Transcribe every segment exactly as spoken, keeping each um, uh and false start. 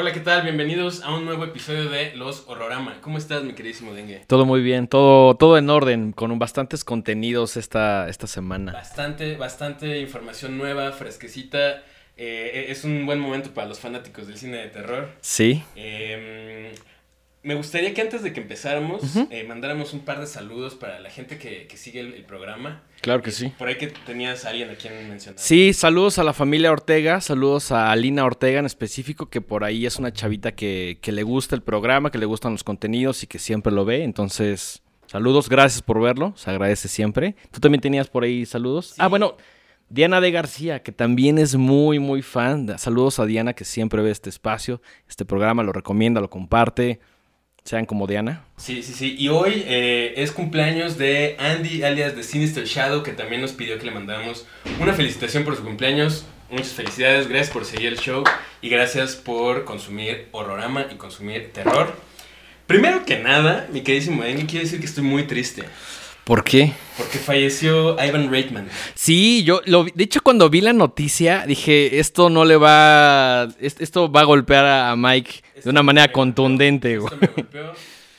Hola, ¿qué tal? Bienvenidos a un nuevo episodio de Los Horrorama. ¿Cómo estás, mi queridísimo Dengue? Todo muy bien, todo, todo en orden, con bastantes contenidos esta, esta semana. Bastante, bastante información nueva, fresquecita. Eh, es un buen momento para los fanáticos del cine de terror. Sí. Eh, me gustaría que antes de que empezáramos, Ujú. eh, mandáramos un par de saludos para la gente que, que sigue el, el programa. Claro que Eh, sí. Por ahí que tenías a alguien a quien mencionar. Sí, saludos a la familia Ortega, saludos a Alina Ortega en específico, que por ahí es una chavita que, que le gusta el programa, que le gustan los contenidos y que siempre lo ve. Entonces, saludos, gracias por verlo, se agradece siempre. ¿Tú también tenías por ahí saludos? Sí. Ah, bueno, Diana de García, que también es muy, muy fan. Saludos a Diana, que siempre ve este espacio, este programa, lo recomienda, lo comparte. Sean como Diana. Sí, sí, sí. Y hoy eh, es cumpleaños de Andy, alias de Sinister Shadow, que también nos pidió que le mandáramos una felicitación por su cumpleaños. Muchas felicidades, gracias por seguir el show y gracias por consumir horrorama y consumir terror. Primero que nada, mi queridísimo Dengue, quiero decir que estoy muy triste. ¿Por qué? Porque falleció Ivan Reitman. Sí, yo lo vi- de hecho cuando vi la noticia dije, esto no le va, es- esto va a golpear a a Mike de una manera me contundente, golpeó, güey. Esto me golpeó.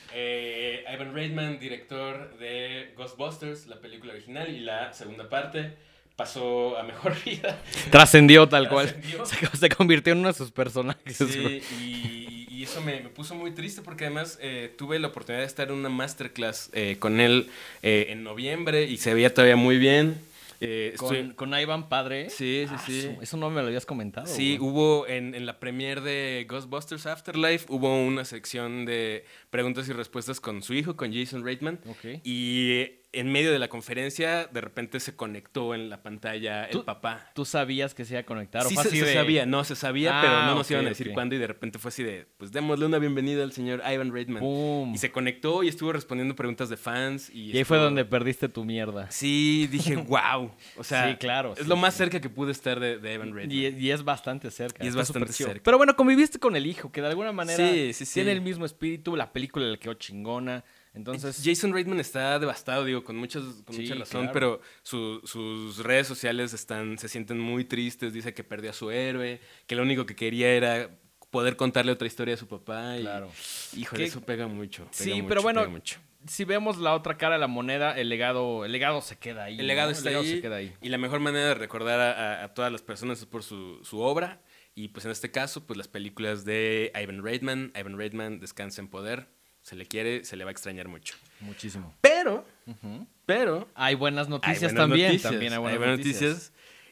Eh, Ivan Reitman, director de Ghostbusters, la película original y la segunda parte, pasó a mejor vida. Trascendió tal cual. Trascendió. Se, se convirtió en uno de sus personajes, güey. Sí, y, y eso me, me puso muy triste porque además eh, tuve la oportunidad de estar en una masterclass eh, con él eh, en noviembre y se veía todavía muy bien. Eh, estoy- Con, con Ivan Padre. Sí, sí, Ah, sí. su- Eso no me lo habías comentado. Sí, güey. hubo en, en la premiere de Ghostbusters Afterlife, hubo una sección de preguntas y respuestas con su hijo, con Jason Reitman. Ok. Y en medio de la conferencia, de repente se conectó en la pantalla el ¿Tú- papá. ¿Tú sabías que se iba a conectar? ¿O Sí, fue se, así se de- sabía, no, se sabía, Ah, pero no nos ok, iban a decir ok. cuándo y de repente fue así de, pues démosle una bienvenida al señor Ivan Reitman. ¡Pum! Y se conectó y estuvo respondiendo preguntas de fans. Y, Y ahí fue estuvo- donde perdiste tu mierda. Sí, dije, wow. O sea, Sí, claro, es sí, lo más sí. cerca que pude estar de, de Ivan Reitman. Y, y es bastante cerca. Y es está bastante súper chido. cerca. Pero bueno, conviviste con el hijo, que de alguna manera Sí, sí, sí. tiene el mismo espíritu. La película le quedó chingona. Entonces, Jason Reitman está devastado, digo, con, muchas, con Sí, mucha razón, claro. pero su- sus redes sociales están, se sienten muy tristes. Dice que perdió a su héroe, que lo único que quería era poder contarle otra historia a su papá. Y, Claro. híjole, ¿Qué? eso pega mucho. pega sí, mucho, pero bueno, pega mucho. si vemos la otra cara de la moneda, el legado, el legado se queda ahí. El legado ¿no? está legado ahí, se queda ahí. y la mejor manera de recordar a, a- a todas las personas es por su, su obra. Y pues en este caso, pues las películas de Ivan Reitman. Ivan Reitman, descansa en poder. Se le quiere, se le va a extrañar mucho. Muchísimo. Pero, Ujú. pero... Hay buenas Hay noticias buenas también. noticias, También hay buenas, noticias.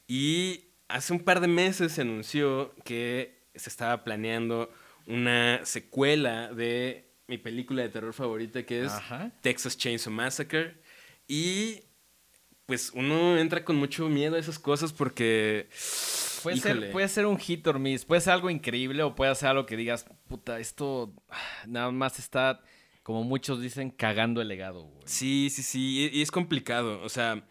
Y hace un par de meses se anunció que se estaba planeando una secuela de mi película de terror favorita, que es Ajá. Texas Chainsaw Massacre. Y pues uno entra con mucho miedo a esas cosas porque... Puede híjole, ser, puede ser un hit or miss, puede ser algo increíble o puede ser algo que digas, puta, esto ah, nada más está, como muchos dicen, cagando el legado, güey. Sí, sí, sí, y y es complicado. O sea,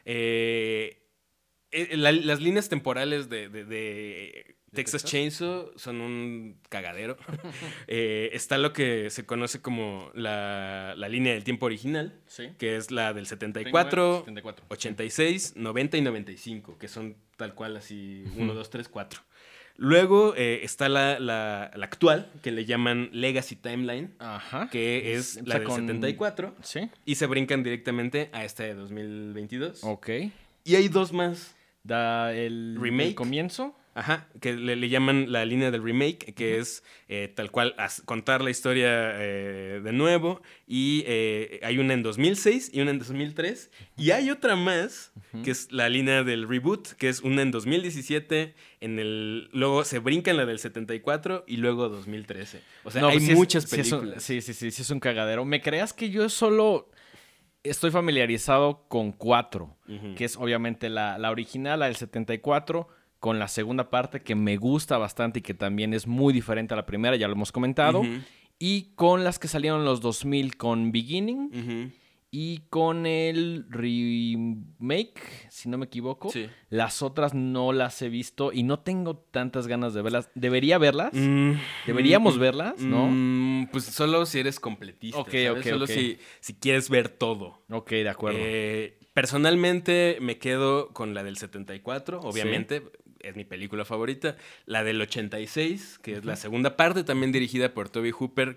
eh, eh, la- las líneas temporales de, de- de Texas Texas? Chainsaw son un cagadero. Eh, está lo que se conoce como la, la línea del tiempo original, Sí. que es la del setenta y cuatro, setenta y cuatro. ochenta y seis, noventa y noventa y cinco, que son tal cual así uno, dos, tres, cuatro. Luego eh, está la, la- la actual, que le llaman Legacy Timeline, Ajá. que es la empieza del con- setenta y cuatro. Sí. Y se brincan directamente a esta de dos mil veintidós. Ok. Y hay dos más. Da el, Remake. el comienzo. Ajá, que le, le llaman la línea del remake, que es eh, tal cual as- contar la historia eh, de nuevo. Y eh, hay una en dos mil seis y una en dos mil tres. Y hay otra más, que es la línea del reboot, que es una en dos mil diecisiete, en el, luego se brinca en la del setenta y cuatro y luego dos mil trece. O sea, No, hay pues sí es- muchas sí es un- películas. Sí, sí, sí, sí, es un cagadero. ¿Me creas que yo solo estoy familiarizado con cuatro? Ujú. Que es obviamente la, la original, la del setenta y cuatro, con la segunda parte que me gusta bastante y que también es muy diferente a la primera, ya lo hemos comentado. Ujú, Y con las que salieron en los dos mil con Beginning ujú. y con el remake, si no me equivoco. Sí. Las otras no las he visto y no tengo tantas ganas de verlas. ¿Debería verlas? Mm, ¿Deberíamos mm, verlas? ¿No? mm, pues solo si eres completista. Ok, ¿sabes? ok, Solo ok. Si, si quieres ver todo. Ok, de acuerdo. Eh, personalmente me quedo con la del setenta y cuatro, obviamente. es mi película favorita. La del ochenta y seis, que es la segunda parte, también dirigida por Tobe Hooper.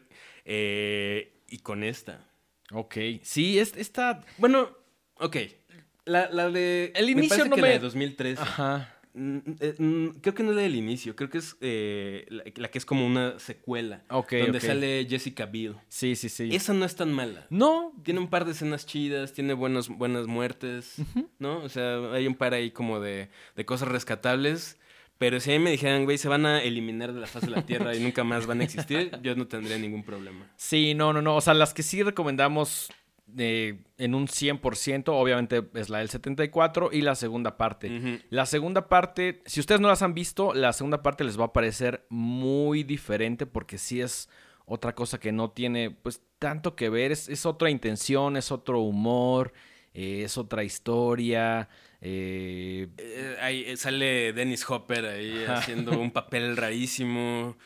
Eh, y con esta. Ok. Sí, es, esta... Bueno, ok. La, la de... El inicio me parece no que me... la de dos mil trece. Ajá. Mm, eh, mm, Creo que no es la del inicio, creo que es eh, la, la que es como una secuela. Ok, donde ok. sale Jessica Biel. Sí, sí, sí. Esa no es tan mala. No. Tiene un par de escenas chidas, tiene buenos, buenas muertes, Uh-huh. ¿no? O sea, hay un par ahí como de, de cosas rescatables. Pero si a mí me dijeran, güey, se van a eliminar de la faz de la Tierra y nunca más van a existir, yo no tendría ningún problema. Sí, no, no, no. O sea, las que sí recomendamos eh, en un cien por ciento, obviamente es la del setenta y cuatro y la segunda parte. Ujú. La segunda parte, si ustedes no las han visto, la segunda parte les va a parecer muy diferente porque sí es otra cosa que no tiene pues tanto que ver. Es, es otra intención, es otro humor, eh, es otra historia. Eh, Eh, ahí sale Dennis Hopper ahí Ajá. haciendo un papel rarísimo.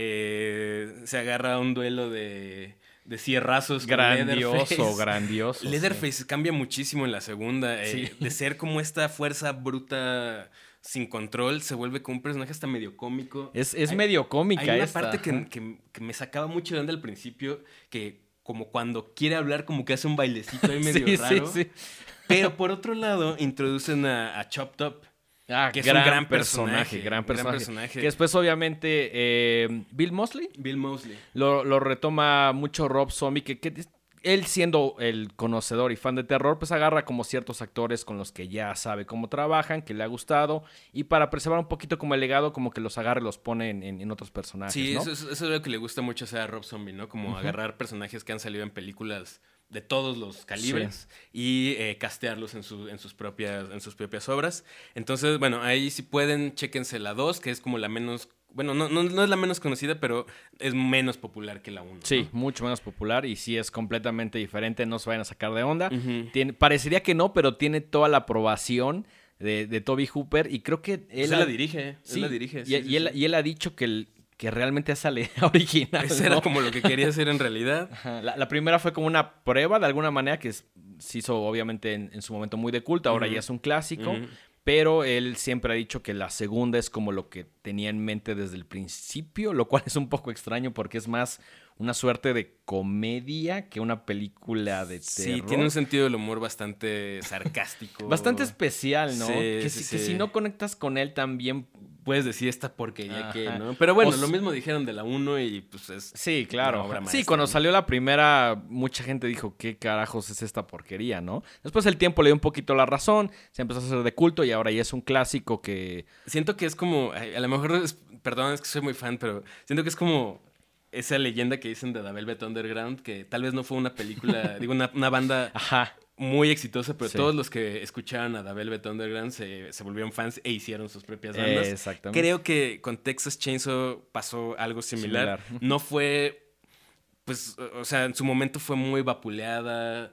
Eh, se agarra a un duelo de, de cierrazos con grandioso, Leatherface. grandioso. Leatherface sí. cambia muchísimo en la segunda. eh, Sí. De ser como esta fuerza bruta sin control, se vuelve como un personaje hasta medio cómico. Es, es Hay- medio cómica Hay una esta, parte que, ajá. que- que me sacaba mucho de onda al principio, que como cuando quiere hablar, como que hace un bailecito ahí medio sí, raro. sí, sí. Pero por otro lado, introducen a, a Chop Top. Ah, Que es gran un gran personaje, personaje, gran gran personaje. personaje. Que después, obviamente, eh, Bill Moseley Bill Moseley. lo, lo retoma mucho Rob Zombie, que, que él siendo el conocedor y fan de terror, pues agarra como ciertos actores con los que ya sabe cómo trabajan, que le ha gustado, y para preservar un poquito como el legado, como que los agarra y los pone en, en- en otros personajes, Sí, ¿no? eso, es- eso es lo que le gusta mucho hacer a Rob Zombie, ¿no? Como Ujú. agarrar personajes que han salido en películas de todos los calibres y eh, castearlos en, su- en, sus propias, en sus propias obras. Entonces, bueno, ahí si pueden, chéquense la dos, que es como la menos... Bueno, no, no, no es la menos conocida, pero es menos popular que la uno. Sí, mucho menos popular y sí es completamente diferente, no se vayan a sacar de onda. Ujú. Tiene, parecería que no, pero tiene toda la aprobación de, de Tobe Hooper y creo que él... Él ha- la dirige, Sí, él la dirige. y, sí, y sí, él, sí. y él ha dicho que, el- que realmente esa la idea original, Eso ¿no? era como lo que quería hacer en realidad. Ajá, La, la primera fue como una prueba de alguna manera que es- se hizo obviamente en, en su momento muy de culto, ahora Ujú. ya es un clásico, Ujú. pero él siempre ha dicho que la segunda es como lo que tenía en mente desde el principio, lo cual es un poco extraño porque es más una suerte de comedia que una película de Sí, terror. tiene un sentido del humor bastante sarcástico. Bastante especial, ¿no? Sí, que, sí, si, que sí. si no conectas con él también... Puedes decir esta porquería Ajá. que, ¿no? Pero bueno, O lo s- mismo dijeron de la uno y pues es... Sí, claro. Una obra Sí, maestra, cuando ¿no? salió la primera, mucha gente dijo, ¿qué carajos es esta porquería, no? Después el tiempo le dio un poquito la razón, se empezó a hacer de culto y ahora ya es un clásico que... Siento que es como... ay, A lo mejor, es- perdón, es que soy muy fan, pero siento que es como esa leyenda que dicen de The Velvet Underground, que tal vez no fue una película, digo, una, una banda Ajá. muy exitosa, pero Sí. todos los que escuchaban a The Velvet Underground se, se volvieron fans e hicieron sus propias bandas. Exactamente. Creo que con Texas Chainsaw pasó algo similar. Similar. No fue, pues, o sea, en su momento fue muy vapuleada.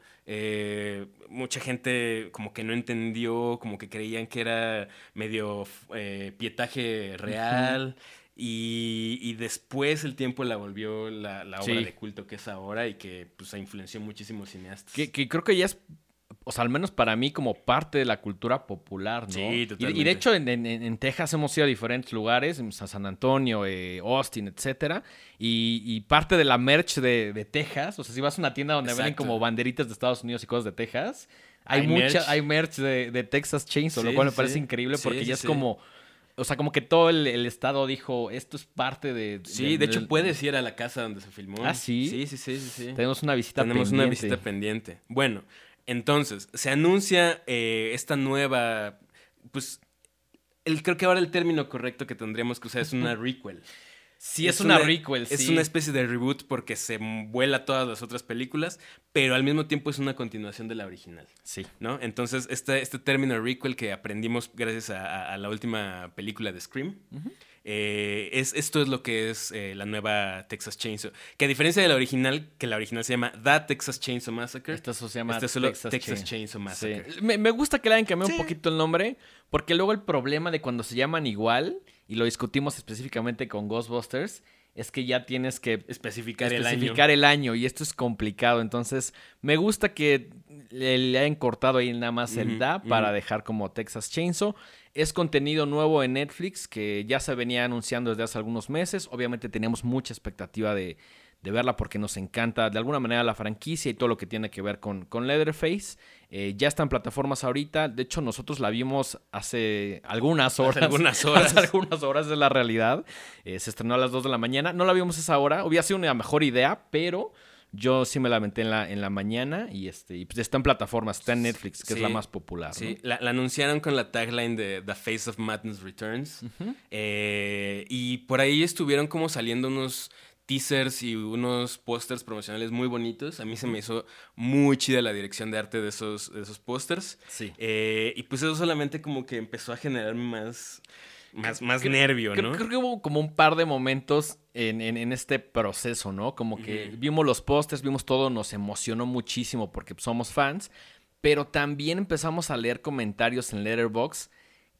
eh, mucha gente como que no entendió, como que creían que era medio eh, pietaje real. Y, y después el tiempo la volvió la, la obra Sí. de culto que es ahora y que pues influenció muchísimos cineastas. Que, que creo que ya es, o sea, al menos para mí, como parte de la cultura popular, ¿no? Sí, Y, totalmente. y de hecho, en, en- en Texas hemos ido a diferentes lugares, en San Antonio, eh, Austin, etcétera. Y, y parte de la merch de, de Texas, o sea, si vas a una tienda donde venden Exacto. como banderitas de Estados Unidos y cosas de Texas, hay, Hay mucha, merch. hay merch de, de Texas Chainsaw, lo Sí, cual me sí, parece sí. increíble Sí, porque sí, ya es sí. como... O sea, como que todo el, el estado dijo, esto es parte de... Sí, de hecho puedes ir a la casa donde se filmó. ¿Ah, sí? Sí, sí, sí, sí. sí. Tenemos una visita Tenemos pendiente. una visita pendiente. Bueno, entonces, se anuncia eh, esta nueva, pues, el, creo que ahora el término correcto que tendríamos que usar es una requel. Sí, es, una, requel, sí. Es una especie de reboot porque se vuela todas las otras películas, pero al mismo tiempo es una continuación de la original. Sí. ¿No? Entonces, este, este término requel que aprendimos gracias a, a- a la última película de Scream, eh, es, esto es lo que es eh, la nueva Texas Chainsaw. Que a diferencia de la original, que la original se llama The Texas Chainsaw Massacre, Esta se llama este es solo Texas, Texas, Chain- Chainsaw Massacre. Sí. Me, me gusta que le hayan cambiado Sí. un poquito el nombre, porque luego el problema de cuando se llaman igual, y lo discutimos específicamente con Ghostbusters, es que ya tienes que especificar, especificar el año. el año y esto es complicado. Entonces, me gusta que le, le hayan cortado ahí nada más el Uh-huh, da uh-huh. para dejar como Texas Chainsaw. Es contenido nuevo en Netflix que ya se venía anunciando desde hace algunos meses. Obviamente teníamos mucha expectativa de, de verla porque nos encanta de alguna manera la franquicia y todo lo que tiene que ver con, con Leatherface. Eh, ya está en plataformas ahorita. De hecho, nosotros la vimos hace algunas horas. Hace algunas horas. Hace algunas horas es la realidad. Eh, se estrenó a las dos de la mañana. No la vimos a esa hora. Hubiera sido una mejor idea, pero yo sí me la aventé en la, en la mañana y, este, y pues está en plataformas, está en Netflix, que sí, es la más popular. Sí, ¿no? la, la anunciaron con la tagline de The Face of Madness Returns. Uh-huh. eh, y por ahí estuvieron como saliendo unos teasers y unos pósters promocionales muy bonitos. A mí se me hizo muy chida la dirección de arte de esos, de esos pósters. Sí. Eh, y pues eso solamente como que empezó a generarme más... Más, más creo, nervio, creo, ¿no? Creo que hubo como un par de momentos en, en, en este proceso, ¿no? Como que uh-huh. vimos los pósters, vimos todo, nos emocionó muchísimo porque somos fans, pero también empezamos a leer comentarios en Letterboxd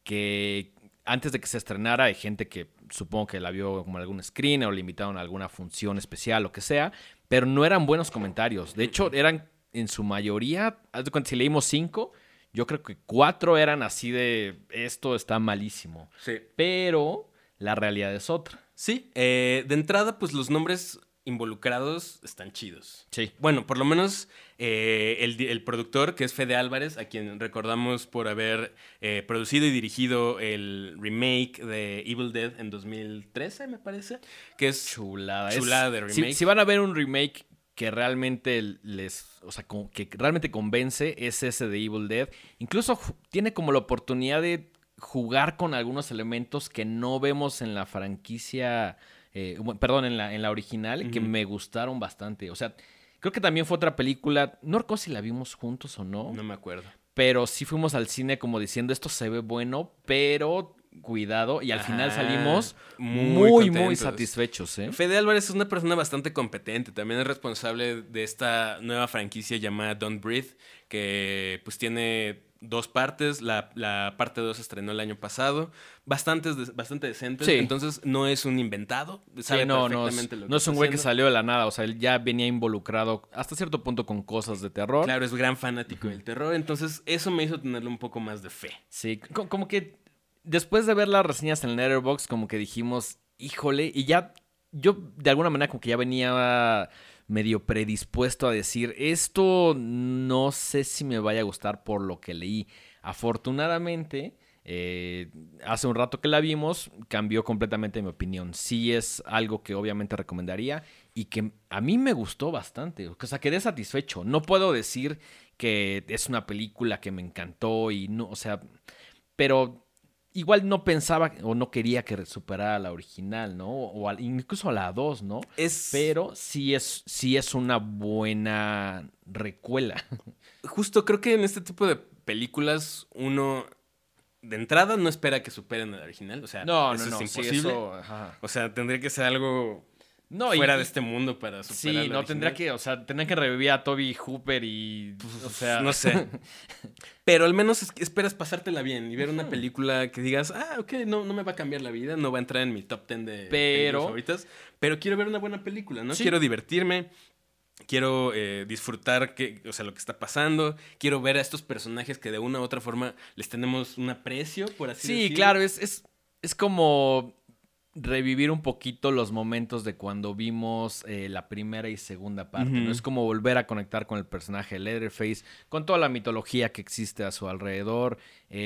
que antes de que se estrenara hay gente que supongo que la vio como en algún screen o le invitaron a alguna función especial, lo que sea, pero no eran buenos comentarios. De hecho, eran en su mayoría, haz de cuenta, si leímos cinco... Yo creo que cuatro eran así de, esto está malísimo. Sí. Pero la realidad es otra. Sí, eh, de entrada, pues los nombres involucrados están chidos. Sí. Bueno, por lo menos eh, el, el productor, que es Fede Álvarez, a quien recordamos por haber eh, producido y dirigido el remake de Evil Dead en dos mil trece, me parece. Que es chulada. Chulada es, de remake. Si, si van a ver un remake que realmente les, o sea, que realmente convence, es ese de Evil Dead. Incluso tiene como la oportunidad de jugar con algunos elementos que no vemos en la franquicia, eh, perdón, en la, en la original, uh-huh. que me gustaron bastante. O sea, creo que también fue otra película, no recuerdo si la vimos juntos o no. No me acuerdo. Pero sí fuimos al cine como diciendo, esto se ve bueno, pero... cuidado, y al Ajá, final salimos muy, muy, muy satisfechos, ¿eh? Fede Álvarez es una persona bastante competente, también es responsable de esta nueva franquicia llamada Don't Breathe, que pues tiene dos partes, la, la parte dos se estrenó el año pasado, bastante, bastante decente, sí. Entonces no es un inventado, sabe sí, no, perfectamente no es, lo que no es un güey que haciendo. salió de la nada, o sea, él ya venía involucrado hasta cierto punto con cosas de terror. Claro, es gran fanático uh-huh. del terror, entonces eso me hizo tenerle un poco más de fe. Sí, como, como que... Después de ver las reseñas en Letterboxd, como que dijimos, híjole, y ya yo de alguna manera como que ya venía medio predispuesto a decir, esto no sé si me vaya a gustar por lo que leí. Afortunadamente, eh, hace un rato que la vimos, cambió completamente mi opinión. Sí es algo que obviamente recomendaría y que a mí me gustó bastante. O sea, quedé satisfecho. No puedo decir que es una película que me encantó y no, o sea, pero... Igual no pensaba o no quería que superara la original, ¿no? O al, incluso a la dos, ¿no? Es... Pero sí es, sí es una buena recuela. Justo creo que en este tipo de películas uno de entrada no espera que superen la original. O sea, no, eso no, es no, imposible. Sí, eso, ajá. O sea, tendría que ser algo... No, fuera y, de este mundo para superar sí, la no original. tendría que, o sea, tendría que revivir a Toby Hooper y, pues, o sea, no sé. Pero al menos es, esperas pasártela bien y ver una película que digas, ah, ok, no, no me va a cambiar la vida, no va a entrar en mi top diez de pero... películas favoritas, pero quiero ver una buena película, ¿no? Sí. Quiero divertirme, quiero eh, disfrutar que, o sea, lo que está pasando, quiero ver a estos personajes que de una u otra forma les tenemos un aprecio, por así sí, decirlo. Sí, claro, es, es, es como... revivir un poquito los momentos de cuando vimos eh, la primera y segunda parte, uh-huh. ¿no? Es como volver a conectar con el personaje de Leatherface, con toda la mitología que existe a su alrededor.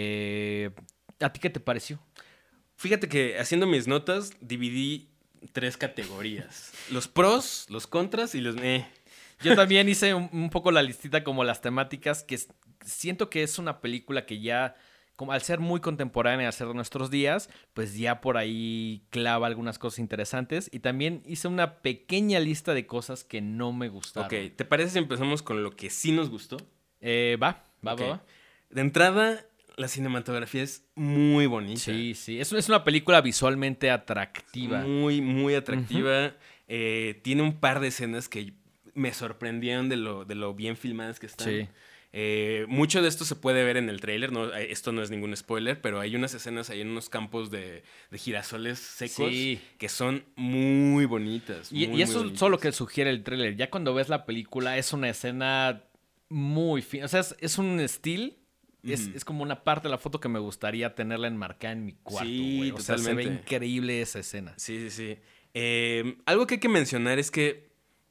Eh, ¿A ti qué te pareció? Fíjate que haciendo mis notas dividí tres categorías. Los pros, los contras y los... Eh. Yo también hice un, un poco la listita como las temáticas, que es, siento que es una película que ya... como al ser muy contemporánea, al ser de nuestros días, pues ya por ahí clava algunas cosas interesantes. Y también hice una pequeña lista de cosas que no me gustaron. Ok, ¿te parece si empezamos con lo que sí nos gustó? Eh, va, va, okay. va, va. De entrada, la cinematografía es muy bonita. Sí, sí, es, es una película visualmente atractiva. Muy, muy atractiva. Uh-huh. Eh, tiene un par de escenas que me sorprendieron de lo, de lo bien filmadas que están. Sí. Eh, mucho de esto se puede ver en el tráiler, no, esto no es ningún spoiler, pero hay unas escenas ahí en unos campos de, de girasoles secos Sí. que son muy bonitas. Y, muy, y eso muy es solo lo bonitas. que sugiere el tráiler. Ya cuando ves la película es una escena muy fina. O sea, es, es un estilo. Es, Ujú. es como una parte de la foto que me gustaría tenerla enmarcada en mi cuarto, Sí, güey. O sea, se ve totalmente. increíble esa escena. Sí, sí, sí. Eh, algo que hay que mencionar es que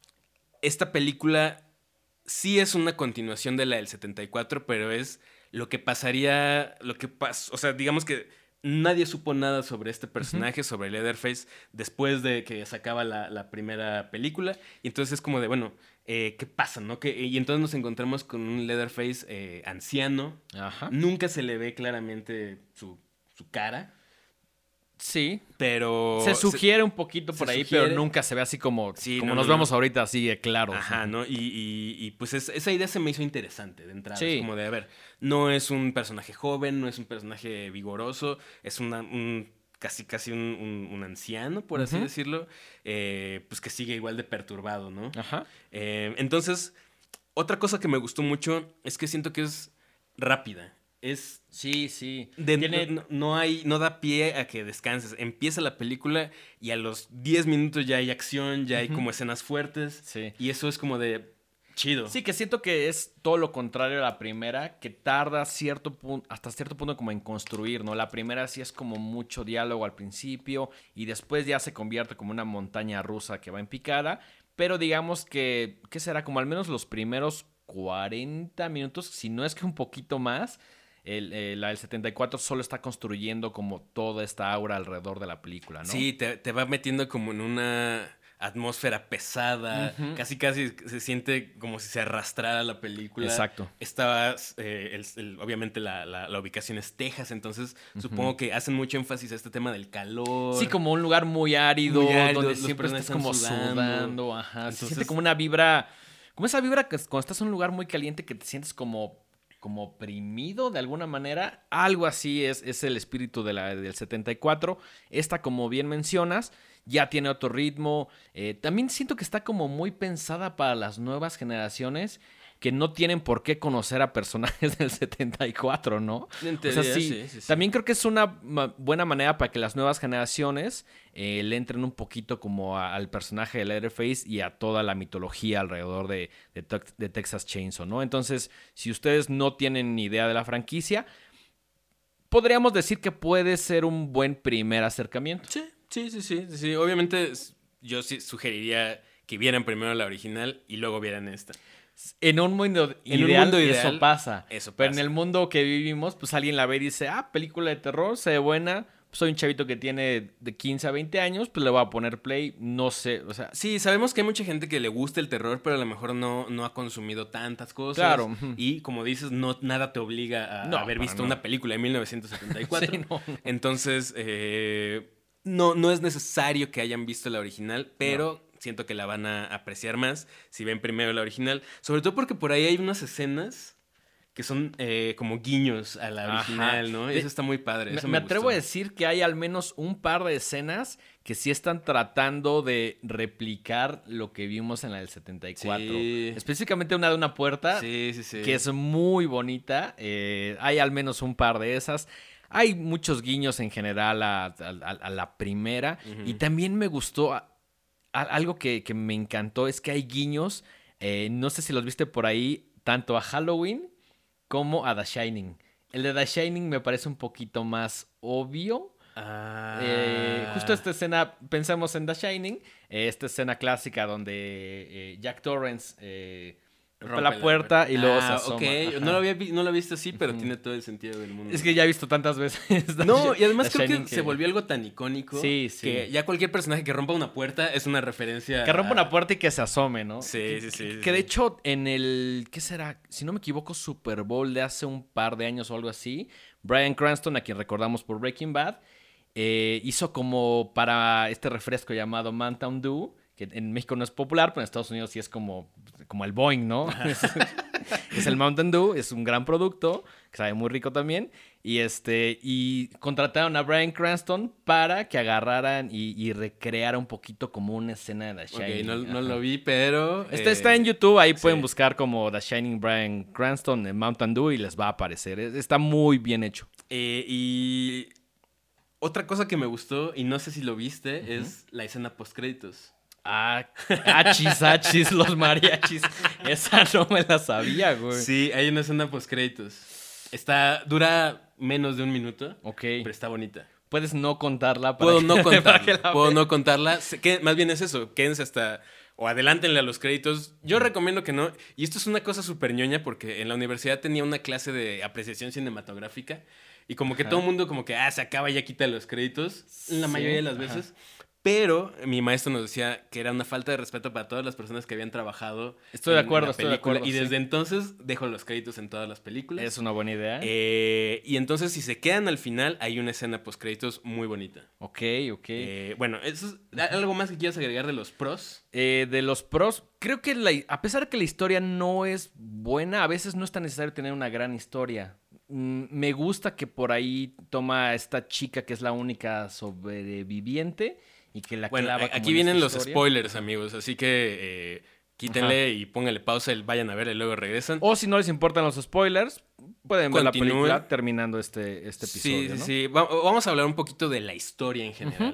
esta película sí es una continuación de la del setenta y cuatro, pero es lo que pasaría, lo que pasó, o sea, digamos que nadie supo nada sobre este Ujú. personaje, sobre Leatherface, después de que se acaba la, la primera película, y entonces es como de, bueno, eh, ¿qué pasa, no? Que, y entonces nos encontramos con un Leatherface eh, anciano, Ajá. nunca se le ve claramente su, su cara, Sí. pero... Se se- sugiere un poquito se por ahí, pero sugiere. nunca se ve así como, Sí, como no, nos no, vemos no. ahorita, así de claros. Ajá, Ajá. ¿no? Y, y- y, pues es- esa idea se me hizo interesante de entrada. Es Sí. como de, a ver, no es un personaje joven, no es un personaje vigoroso, es una, un casi casi un, un- un anciano, por así Ujú. decirlo, eh, pues que sigue igual de perturbado, ¿no? Ajá. Eh, entonces, otra cosa que me gustó mucho es que siento que es rápida. Es Sí, sí. de- Tiene... no, no hay, no da pie a que descanses. Empieza la película y a los diez minutos ya hay acción, ya hay Ujú. como escenas fuertes. Sí. Y eso es como de chido. Sí, que siento que es todo lo contrario a la primera, que tarda cierto punto, hasta cierto punto como en construir, ¿no? La primera sí es como mucho diálogo al principio y después ya se convierte como una montaña rusa que va en picada, pero digamos que, ¿qué será? Como al menos los primeros cuarenta minutos, si no es que un poquito más, el, eh, la del setenta y cuatro solo está construyendo como toda esta aura alrededor de la película, ¿no? Sí, te, te va metiendo como en una atmósfera pesada. Ujú. Casi, casi se siente como si se arrastrara la película. Exacto. Estaba, eh, el- el- obviamente la, la- la ubicación es Texas, entonces supongo que hacen mucho énfasis a este tema del calor. Sí, como un lugar muy árido, Muy árido, donde los siempre personajes estás como están sudando. sudando. Ajá. Se Entonces- siente como una vibra, como esa vibra que cuando estás en un lugar muy caliente que te sientes como, como oprimido de alguna manera. Algo así es, es el espíritu de la, del setenta y cuatro. Esta, como bien mencionas, ya tiene otro ritmo. Eh, también siento que está como muy pensada para las nuevas generaciones que no tienen por qué conocer a personajes del setenta y cuatro, ¿no? En O sea, teoría, sí, sí, sí, sí. también creo que es una ma- buena manera para que las nuevas generaciones eh, le entren un poquito como a- al personaje de Leatherface y a toda la mitología alrededor de, de, Tex- de Texas Chainsaw, ¿no? Entonces, si ustedes no tienen ni idea de la franquicia, podríamos decir que puede ser un buen primer acercamiento. Sí, sí, sí, sí, sí, sí. Obviamente s- yo sí sugeriría que vieran primero la original y luego vieran esta. En un mundo En un ideal, mundo eso ideal, pasa. eso Pero en pasa. el mundo que vivimos, pues alguien la ve y dice, ah, película de terror, se ve buena. Pues soy un chavito que tiene de quince a veinte años, pues le voy a poner play. No sé, o sea, Sí, sabemos que hay mucha gente que le gusta el terror, pero a lo mejor no, no ha consumido tantas cosas. Claro, ujú. Y como dices, no, nada te obliga a No, haber para visto nada. una película de mil novecientos setenta y cuatro. Sí, no, no. Entonces, eh, no, no es necesario que hayan visto la original, pero siento que la van a apreciar más si ven primero la original. Sobre todo porque por ahí hay unas escenas que son eh, como guiños a la Ajá. original, ¿no? De- Eso está muy padre. Me, Eso me me atrevo gustó. a decir que hay al menos un par de escenas que sí están tratando de replicar lo que vimos en la del setenta y cuatro. Sí. Específicamente una de una puerta Sí, sí, sí. que es muy bonita. Eh, hay al menos un par de esas. Hay muchos guiños en general a, a- a- a la primera. Ujú. Y también me gustó a- a- algo que, que me encantó es que hay guiños. Eh, no sé si los viste por ahí, tanto a Halloween como a The Shining. El de The Shining me parece un poquito más obvio. Ah. Eh, justo esta escena, pensemos en The Shining, eh, esta escena clásica donde eh, Jack Torrance eh, rompe Rompe la puerta y luego se Ah, asoma. ok. Ajá. No lo había, vi- no lo he visto así, pero Ujú. tiene todo el sentido del mundo. Es que ya he visto tantas veces. The No, Shi- y además The creo que, Shining se volvió algo tan icónico Sí, sí. que ya cualquier personaje que rompa una puerta es una referencia. Que rompa a- una puerta y que se asome, ¿no? Sí, Que- sí, sí, Que, sí, que de sí. hecho, en el. ¿Qué será? Si no me equivoco, Super Bowl de hace un par de años o algo así. Bryan Cranston, a quien recordamos por Breaking Bad, eh, hizo como para este refresco llamado Mountain Dew, que en México no es popular, pero en Estados Unidos sí es como, como el Boeing, ¿no? es, es el Mountain Dew, es un gran producto, que sabe muy rico también. Y este y contrataron a Bryan Cranston para que agarraran y, y recreara un poquito como una escena de The Shining. Ok, no, no lo vi, pero... Está, eh, está en YouTube, ahí sí. pueden buscar como The Shining Bryan Cranston en Mountain Dew y les va a aparecer. Está muy bien hecho. Eh, y otra cosa que me gustó, y no sé si lo viste, Uh-huh. es la escena post-créditos. Ah, achis, achis, los mariachis. Esa no me la sabía, güey. Sí, hay una escena post-créditos. Está, dura menos de un minuto, Ok. pero está bonita. Puedes no contarla. Para Puedo que, no para que contarla, la puedo vean. no contarla. Se- que- Más bien es eso, quédense hasta... O adelántenle a los créditos. Yo recomiendo que no. Y esto es una cosa súper ñoña porque en la universidad tenía una clase de apreciación cinematográfica. Y como que Ajá. todo el mundo como que, ah, se acaba, ya quita los créditos. La Sí, mayoría de las ajá. veces. Pero mi maestro nos decía que era una falta de respeto para todas las personas que habían trabajado. Estoy de en- en acuerdo, la estoy de película. acuerdo, Y sí. desde entonces dejo los créditos en todas las películas. Es una buena idea. Eh, y entonces si se quedan al final hay una escena post créditos muy bonita. Ok, ok. Eh, bueno, eso es algo más que quieras agregar de los pros. Eh, de los pros, creo que la- a pesar de que la historia no es buena, a veces no es tan necesario tener una gran historia. Mm, me gusta que por ahí toma a esta chica que es la única sobreviviente y que la Bueno, clava a- como aquí en vienen esta los historia. spoilers, amigos, así que eh, quítenle y pónganle pausa, y vayan a ver y luego regresan. O si no les importan los spoilers, pueden ver la Continúen. película terminando este, este Sí, episodio, sí, ¿no? sí. Va- vamos a hablar un poquito de la historia en general.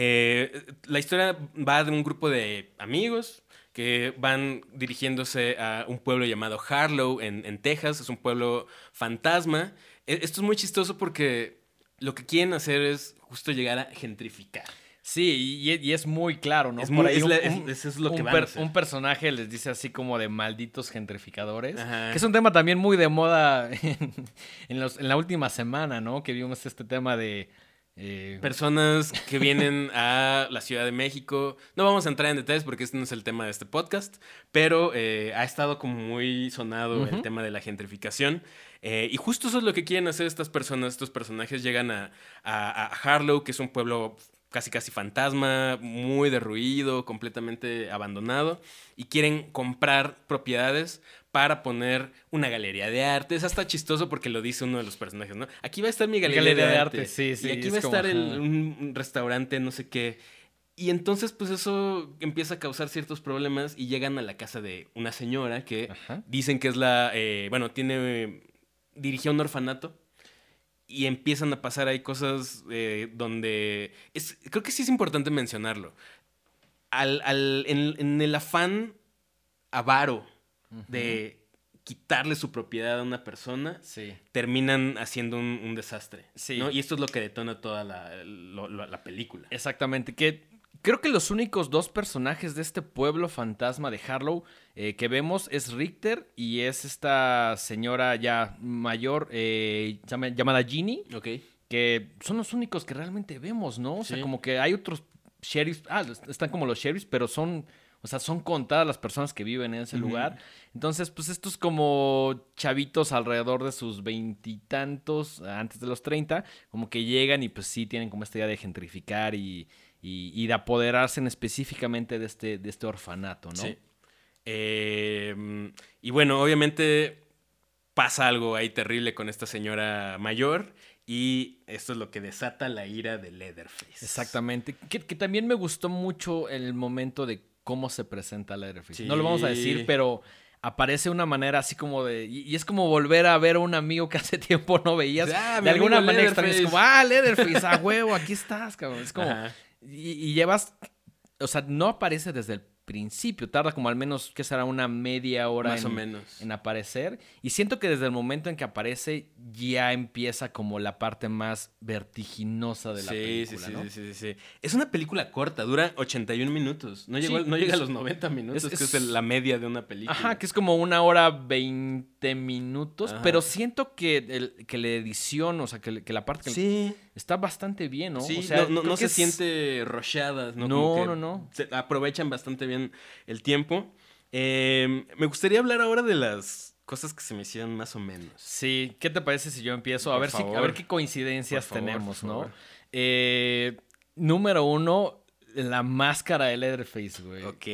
Eh, la historia va de un grupo de amigos que van dirigiéndose a un pueblo llamado Harlow en, en Texas. Es un pueblo fantasma. E- Esto es muy chistoso porque lo que quieren hacer es justo llegar a gentrificar. Sí, y, y es muy claro, ¿no? Es Por muy- ahí es un- la- un- es- eso es lo que un, van a per- hacer. un personaje les dice así como de malditos gentrificadores, Ajá. que es un tema también muy de moda en, en los- en la última semana, ¿no? Que vimos este tema de... eh, Personas que vienen a la Ciudad de México. No vamos a entrar en detalles porque este no es el tema de este podcast, pero eh, ha estado como muy sonado el Ujú. tema de la gentrificación. Eh, y justo eso es lo que quieren hacer estas personas. Estos personajes llegan a, a, a Harlow, que es un pueblo casi casi fantasma, muy derruido, completamente abandonado, y quieren comprar propiedades para poner una galería de arte. Es hasta chistoso porque lo dice uno de los personajes, ¿no? Aquí va a estar mi galería, galería de, de arte. arte, sí, sí, Y aquí es va a como, estar el- ajá. un, un restaurante, no sé qué. Y entonces, pues eso empieza a causar ciertos problemas y llegan a la casa de una señora que Ajá. dicen que es la, eh, bueno, tiene, dirigió un orfanato. Y empiezan a pasar ahí cosas eh, donde... Es, creo que sí es importante mencionarlo. Al, al- en, en el afán avaro de quitarle su propiedad a una persona, Sí. terminan haciendo un, un desastre. Sí. ¿no? Y esto es lo que detona toda la, lo- lo- la película. Exactamente, que creo que los únicos dos personajes de este pueblo fantasma de Harlow eh, que vemos es Richter y es esta señora ya mayor eh, llama- llamada Ginny, Ok. que son los únicos que realmente vemos, ¿no? O sea, Sí. como que hay otros sheriffs, ah, están como los sheriffs, pero son, o sea, son contadas las personas que viven en ese Ujú. lugar. Entonces, pues estos como chavitos alrededor de sus veintitantos, antes de los treinta, como que llegan y pues sí tienen como esta idea de gentrificar y, y, y de apoderarse en específicamente de este, de este orfanato, ¿no? Sí. Eh, y bueno, obviamente pasa algo ahí terrible con esta señora mayor y esto es lo que desata la ira de Leatherface. Exactamente. Que, que también me gustó mucho el momento de cómo se presenta Leatherface. Sí. No lo vamos a decir, pero aparece de una manera así como de... Y, y es como volver a ver a un amigo que hace tiempo no veías. Ah, mi de alguna amigo manera extraña. Es Leatherface. como, ah, Leatherface, a huevo, aquí estás, cabrón. Es como... Ajá. Y, y llevas... O sea, no aparece desde el principio. Tarda como al menos, ¿qué será? Una media hora Más en, o menos. en aparecer. Y siento que desde el momento en que aparece ya empieza como la parte más vertiginosa de la sí, película, sí, ¿no? sí, sí, sí, sí. Es una película corta, dura ochenta y un minutos. No, llegó, Sí, no llega a es- los noventa minutos, es- que es es- el- la media de una película. Ajá, que es como una hora veinte minutos, Ajá. pero siento que, el, que la edición, o sea, que, que la parte que Sí, está bastante bien, ¿no? sí, O sea, no, no, creo no que se es- siente rusheadas, ¿no? No, Como que no, no. se aprovechan bastante bien el tiempo. Eh, me gustaría hablar ahora de las cosas que se me hicieron más o menos. Sí, ¿qué te parece si yo empiezo? A Por ver, si, a favor. ver qué coincidencias Por favor, tenemos, por ¿no? favor. Eh, número uno, La máscara de Leatherface, güey. Ok.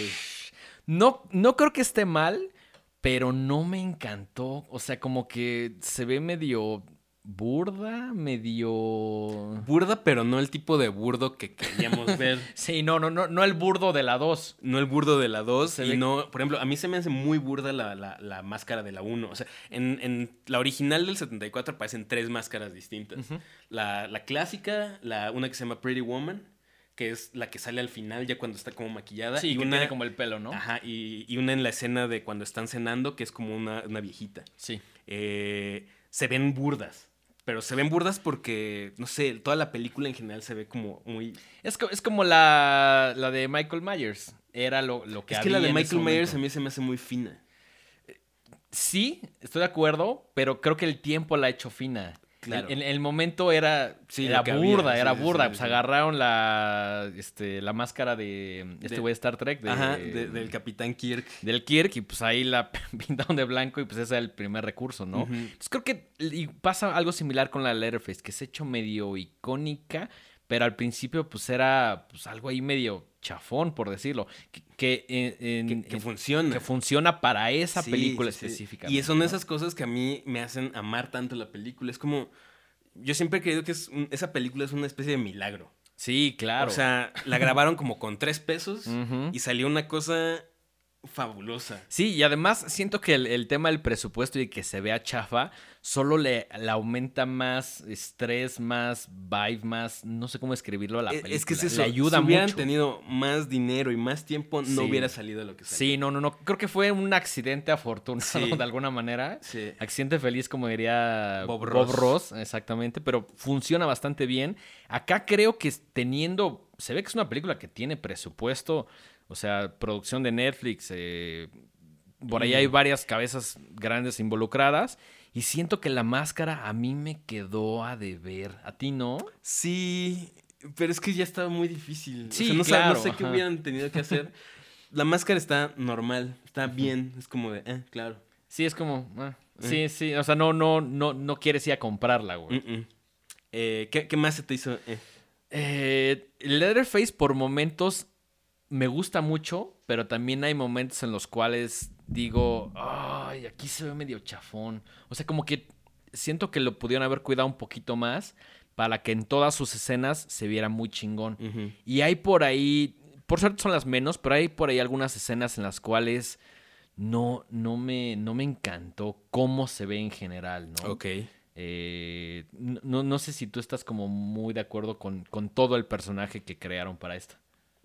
No, no creo que esté mal, pero no me encantó. O sea, como que se ve medio burda, medio... Burda, pero no el tipo de burdo que queríamos ver. Sí, no, no, no, no el burdo de la dos. No el burdo de la dos. Se Y ve- no, por ejemplo, a mí se me hace muy burda la, la, la máscara de la uno. O sea, en, en la original del setenta y cuatro aparecen tres máscaras distintas. Ujú. La, la clásica, la, una que se llama Pretty Woman, que es la que sale al final ya cuando está como maquillada. Sí, y que una, tiene como el pelo, ¿no? Ajá, y, y una en la escena de cuando están cenando, que es como una, una viejita. Sí. Eh, se ven burdas. Pero se ven burdas porque, no sé, toda la película en general se ve como muy... Es, co- es como la, la de Michael Myers. Era lo, lo que Es había que la de en ese Michael Myers a momento. mí se me hace muy fina. Sí, estoy de acuerdo, pero creo que el tiempo la ha hecho fina. Claro. El, el- el momento era, Sí, era lo que burda, había, era sí, sí, burda. sí, pues sí. agarraron la, este, la máscara de este De- güey de Star Trek. De, Ajá, de- del Capitán Kirk. del Kirk y pues ahí la pintaron de blanco y pues ese era el primer recurso, ¿no? Ujú. Entonces creo que y pasa algo similar con la Leatherface, que se ha hecho medio icónica, pero al principio pues era pues algo ahí medio chafón, por decirlo, que, que, en- en- Que, que en- funciona. que funciona para esa Sí, película sí, sí. específicamente. Y son ¿no? esas cosas que a mí me hacen amar tanto la película. Es como... Yo siempre he creído que es un- esa película es una especie de milagro. Sí, claro. O sea, la grabaron como con tres pesos Ujú. y salió una cosa fabulosa. Sí, y además siento que el, el tema del presupuesto y que se vea chafa solo le, le aumenta más estrés, más vibe, más... No sé cómo escribirlo a la Es- película. es que es eso. Le ayuda si hubieran mucho. tenido más dinero y más tiempo, no Sí. hubiera salido lo que salió. Sí, no, no, no. Creo que fue un accidente afortunado Sí. de alguna manera. Sí. Accidente feliz, como diría Bob Bob Ross. Ross. Exactamente, pero funciona bastante bien. Acá creo que teniendo... Se ve que es una película que tiene presupuesto, o sea, producción de Netflix, eh, por ahí Mm. hay varias cabezas grandes involucradas. Y siento que la máscara a mí me quedó a deber. ¿A ti no? Sí, pero es que ya estaba muy difícil. Sí, o sea, no, sa- claro, no sé qué ajá. hubieran tenido que hacer. La máscara está normal, está bien. Es como de, eh, claro. Sí, es como... ah, Eh. sí, sí. O sea, no, no, no, no quieres ir a comprarla, güey. Mm, mm. Eh, ¿qué, qué más se te hizo? Eh, Eh, Leatherface por momentos me gusta mucho, pero también hay momentos en los cuales digo, ay, aquí se ve medio chafón. O sea, como que siento que lo pudieron haber cuidado un poquito más para que en todas sus escenas se viera muy chingón. ujú. Y hay por ahí, por suerte son las menos, pero hay por ahí algunas escenas en las cuales no, no me, no me encantó cómo se ve en general, ¿no? Ok. Eh, no, no sé si tú estás como muy de acuerdo con, con todo el personaje que crearon para esta.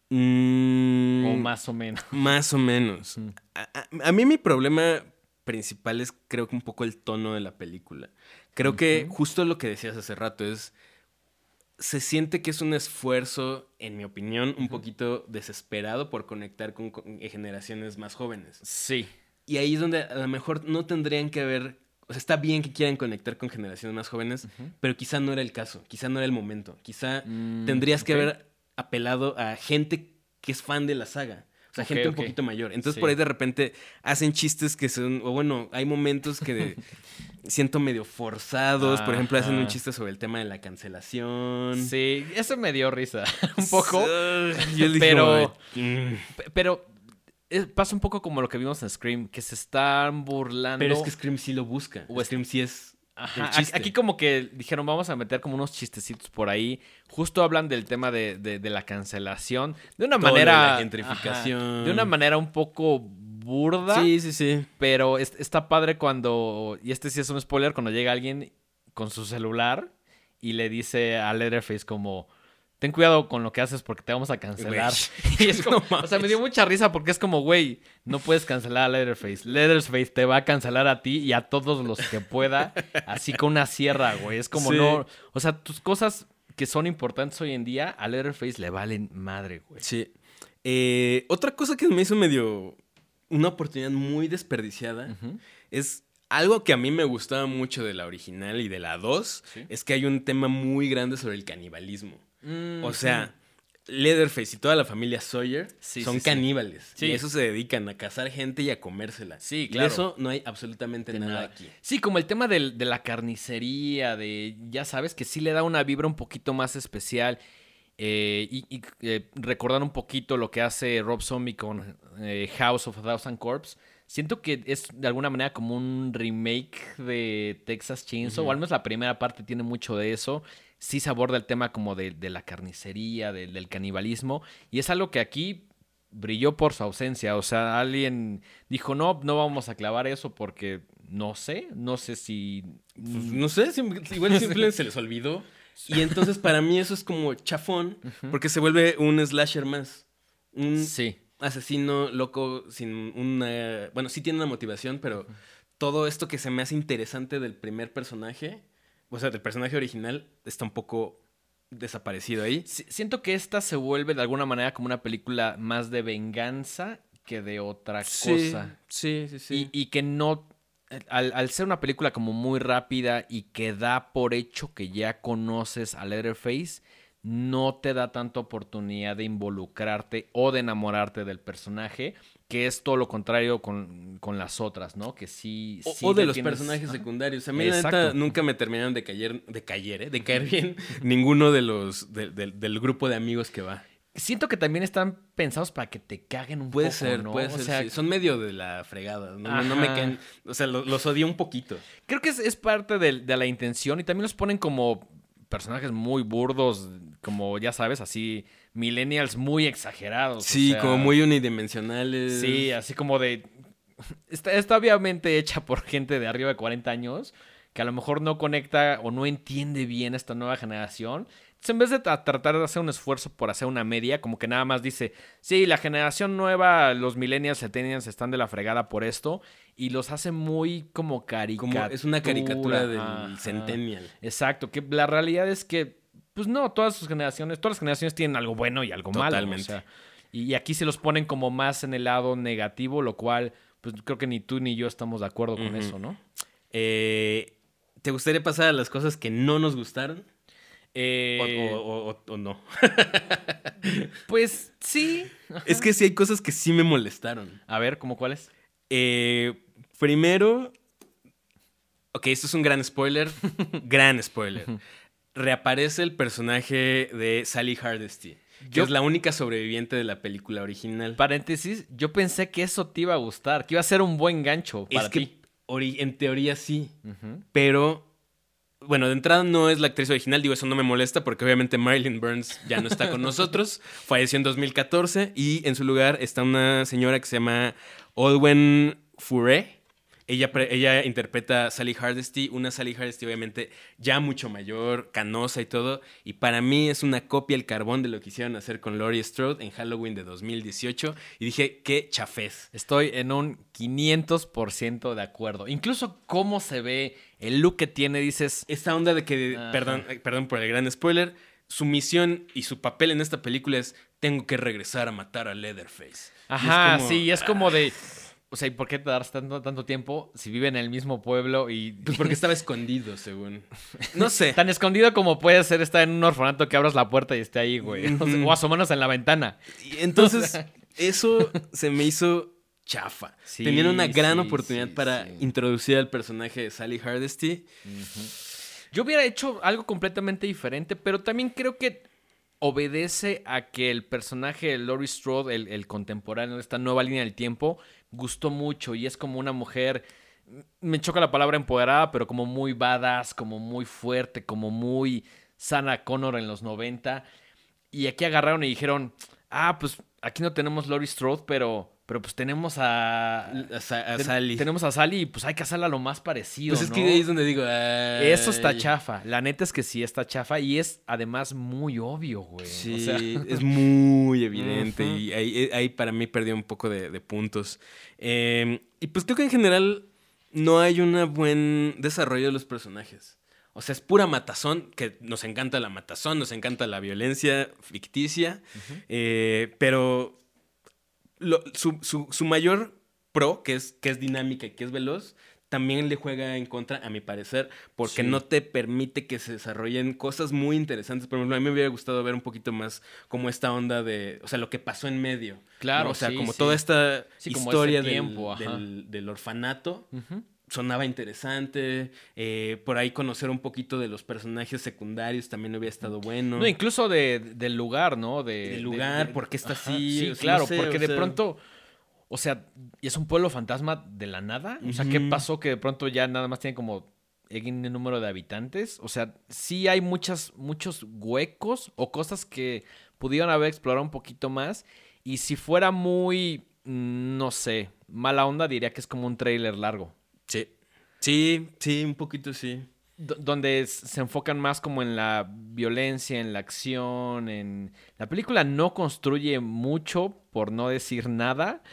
Mm, O más o menos. Más o menos. Ujú. A, a- a mí mi problema principal es creo que un poco el tono de la película. Creo que Ujú. justo lo que decías hace rato es... Se siente que es un esfuerzo, en mi opinión, un poquito desesperado por conectar con, con generaciones más jóvenes. Sí. Y ahí es donde a lo mejor no tendrían que haber... O sea, está bien que quieran conectar con generaciones más jóvenes, Ujú. pero quizá no era el caso, quizá no era el momento. Quizá Mm, tendrías que ok. haber apelado a gente que es fan de la saga. O sea, Ok, gente ok. un poquito mayor. Entonces Sí. por ahí de repente hacen chistes que son... O bueno, hay momentos que de- siento medio forzados. Por ejemplo, hacen un Ajá. chiste sobre el tema de la cancelación. Sí, eso me dio risa un poco. Yo dije pero- como de, "Mm". P- Pero eh, pasa un poco como lo que vimos en Scream, que se están burlando. Pero es que Scream sí lo busca. O es- Scream sí es Ajá, el aquí- chiste. aquí como que dijeron, vamos a meter como unos chistecitos por ahí. Justo hablan del tema de, de- de la cancelación. De una Todo lo de manera... la gentrificación. ajá, de una manera un poco burda. Sí, sí, sí. Pero es- está padre cuando... Y este sí es un spoiler. Cuando llega alguien con su celular y le dice a Leatherface como... Ten cuidado con lo que haces porque te vamos a cancelar. Y es como, No o sea, me dio mucha risa porque es como, güey, no puedes cancelar a Leatherface. Leatherface te va a cancelar a ti y a todos los que pueda, así con una sierra, güey. Es como Sí. no... O sea, tus cosas que son importantes hoy en día, a Leatherface le valen madre, güey. Sí. Eh, otra cosa que me hizo medio una oportunidad muy desperdiciada Ujú. es algo que a mí me gustaba mucho de la original y de la dos, Sí. es que hay un tema muy grande sobre el canibalismo. Mm, O sea, Leatherface y toda la familia Sawyer Sí, son sí, sí. caníbales. Sí. Y a eso se dedican, a cazar gente y a comérsela. Sí, Y claro. de eso no hay absolutamente De nada, nada. aquí. Sí, como el tema del- de la carnicería, de, ya sabes, que sí le da una vibra un poquito más especial. Eh, y y eh, recordar un poquito lo que hace Rob Zombie con eh, House of a Thousand Corpse. Siento que es de alguna manera como un remake de Texas Chainsaw, uh-huh. o al menos la primera parte tiene mucho de eso. Sí se aborda el tema como de, de la carnicería, de, del canibalismo, y es algo que aquí brilló por su ausencia. O sea, alguien dijo, no, no vamos a clavar eso porque no sé, no sé si... Pues, no sé, igual simplemente se les olvidó. Y entonces para mí eso es como chafón, uh-huh. porque se vuelve un slasher más. Un sí. asesino loco sin una... Bueno, sí tiene una motivación, pero uh-huh. todo esto que se me hace interesante del primer personaje, o sea, del personaje original, está un poco desaparecido ahí. Sí, siento que esta se vuelve de alguna manera como una película más de venganza que de otra sí, cosa. Sí, sí, sí. Y, y que no... Al, al ser una película como muy rápida y que da por hecho que ya conoces a Leatherface, no te da tanta oportunidad de involucrarte o de enamorarte del personaje, que es todo lo contrario con, con las otras, ¿no? Que sí... O, sí o de los tienes... personajes Ajá. secundarios. A mí la neta nunca me terminaron de caer, de caer, ¿eh? De caer bien ninguno de los de, de, del grupo de amigos que va. Siento que también están pensados para que te caguen un puede poco, ser, ¿no? Puede ser, o sea, sí. Son medio de la fregada. No, no, no me caen... O sea, los, los odio un poquito. Creo que es, es parte de, de la intención y también los ponen como personajes muy burdos, como ya sabes, así millennials muy exagerados. Sí, o sea, como muy unidimensionales. Sí, así como de... Está, está obviamente hecha por gente de arriba de cuarenta años que a lo mejor no conecta o no entiende bien esta nueva generación. Entonces, en vez de tra- tratar de hacer un esfuerzo por hacer una media, como que nada más dice, sí, la generación nueva, los millennials, centennials están de la fregada por esto, y los hace muy como caricatura. Como es una caricatura del Ajá. centennial. Exacto, que la realidad es que, pues no, todas sus generaciones, todas las generaciones tienen algo bueno y algo malo. Totalmente. O sea, y aquí se los ponen como más en el lado negativo, lo cual, pues creo que ni tú ni yo estamos de acuerdo con uh-huh. eso, ¿no? Eh... ¿Te gustaría pasar a las cosas que no nos gustaron? Eh... O, o, o, o no. Pues sí. Es que sí hay cosas que sí me molestaron. A ver, ¿cómo cuáles? Eh, primero... Ok, esto es un gran spoiler. Gran spoiler. Reaparece el personaje de Sally Hardesty, que yo, es la única sobreviviente de la película original. Paréntesis, yo pensé que eso te iba a gustar, que iba a ser un buen gancho para es que, ti. En teoría sí, uh-huh. pero bueno, de entrada no es la actriz original, digo, eso no me molesta porque obviamente Marilyn Burns ya no está con nosotros, falleció en dos mil catorce y en su lugar está una señora que se llama Olwen Furé. Ella, ella interpreta a Sally Hardesty, una Sally Hardesty obviamente ya mucho mayor, canosa y todo, y para mí es una copia al carbón de lo que hicieron hacer con Laurie Strode en Halloween de dos mil dieciocho, y dije, qué chafés. Estoy en un quinientos por ciento de acuerdo. Incluso cómo se ve, el look que tiene, dices... Esta onda de que, perdón, perdón por el gran spoiler, su misión y su papel en esta película es, tengo que regresar a matar a Leatherface. Ajá, es como, sí, es como de... O sea, ¿y por qué te das tanto, tanto tiempo si vive en el mismo pueblo y...? Pues porque estaba escondido, según. No sé. Tan escondido como puede ser estar en un orfanato que abras la puerta y esté ahí, güey. O, sea, o asomarnos en la ventana. Y entonces, o sea... eso se me hizo chafa. Sí, tenían una gran sí, oportunidad sí, para sí. introducir al personaje de Sally Hardesty. Uh-huh. Yo hubiera hecho algo completamente diferente, pero también creo que obedece a que el personaje de Laurie Strode, el, el contemporáneo de esta nueva línea del tiempo, gustó mucho y es como una mujer, me choca la palabra empoderada, pero como muy badass, como muy fuerte, como muy Sarah Connor en los noventa. Y aquí agarraron y dijeron, ah, pues aquí no tenemos Laurie Strode, pero... Pero pues tenemos a... A, a ten, Sally. Tenemos a Sally y pues hay que hacerla lo más parecido, Pues es ¿no? que ahí es donde digo... Ay. Eso está chafa. La neta es que sí está chafa y es además muy obvio, güey. Sí, o sea... es muy evidente. Uh-huh. Y ahí, ahí para mí perdió un poco de, de puntos. Eh, y pues creo que en general no hay un buen desarrollo de los personajes. O sea, es pura matazón, que nos encanta la matazón, nos encanta la violencia ficticia, uh-huh. eh, pero... Lo, su, su, su mayor pro, que es, que es dinámica y que es veloz, también le juega en contra, a mi parecer, porque sí. no te permite que se desarrollen cosas muy interesantes. Por ejemplo, a mí me hubiera gustado ver un poquito más como esta onda de, o sea, lo que pasó en medio. Claro, ¿no? O sea, sí, como sí. toda esta sí, historia como tiempo, del, del, del orfanato. Uh-huh. sonaba interesante. Eh, por ahí conocer un poquito de los personajes secundarios también hubiera estado bueno. No, incluso de, del lugar, ¿no? De, Del lugar, de, de, ¿por qué está ajá, así? Sí, O sea, claro, no sé, porque o de sea... pronto, o sea, ¿es un pueblo fantasma de la nada? O sea, Ujú. ¿qué pasó que de pronto ya nada más tiene como X número de habitantes? O sea, sí hay muchas, muchos huecos o cosas que pudieron haber explorado un poquito más. Y si fuera muy, no sé, mala onda, diría que es como un tráiler largo. Sí. Sí, sí, un poquito sí. D- donde s- se enfocan más como en la violencia, en la acción, en... La película no construye mucho, por no decir nada.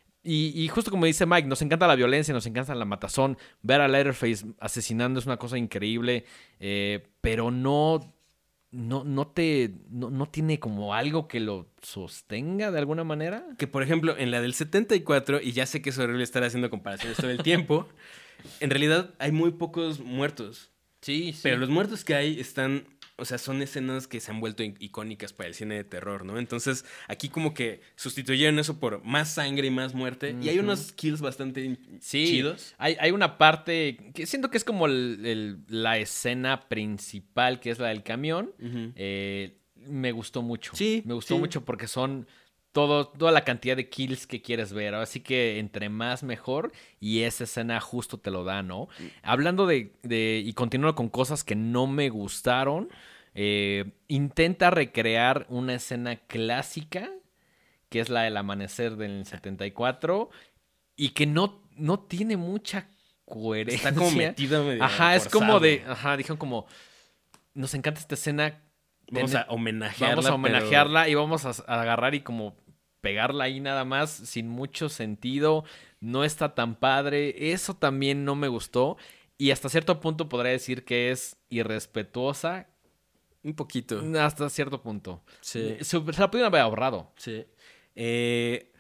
Y, y justo como dice Mike, nos encanta la violencia, nos encanta la matazón. Ver a Leatherface asesinando es una cosa increíble, eh, pero no, no, no te, no, no tiene como algo que lo sostenga de alguna manera. Que por ejemplo, en la del setenta y cuatro, y ya sé que es horrible estar haciendo comparaciones todo el tiempo, en realidad hay muy pocos muertos. Sí, sí. Pero los muertos que hay están, o sea, son escenas que se han vuelto i- icónicas para el cine de terror, ¿no? Entonces, aquí como que sustituyeron eso por más sangre y más muerte. Y hay Ujú. unos kills bastante in- Sí, chidos. hay, hay una parte que siento que es como el- el- la escena principal, que es la del camión. Ujú. Eh, me gustó mucho. Sí, Me gustó sí. mucho porque son todo, toda la cantidad de kills que quieres ver. Así que entre más mejor. Y esa escena justo te lo da, ¿no? Hablando de, de y continuando con cosas que no me gustaron. eh, intenta recrear una escena clásica, que es la del amanecer del setenta y cuatro. Y que no, no tiene mucha coherencia. Está como metido medio Ajá, es forzado. como de... Ajá, dijeron como... Nos encanta esta escena. Vamos Tener- a homenajearla. Vamos a pero- homenajearla y vamos a, a agarrar y como pegarla ahí nada más, sin mucho sentido. No está tan padre. Eso también no me gustó. Y hasta cierto punto podría decir que es irrespetuosa. Un poquito. Hasta cierto punto. Sí. Se, se la pudieron haber ahorrado. Sí. Eh,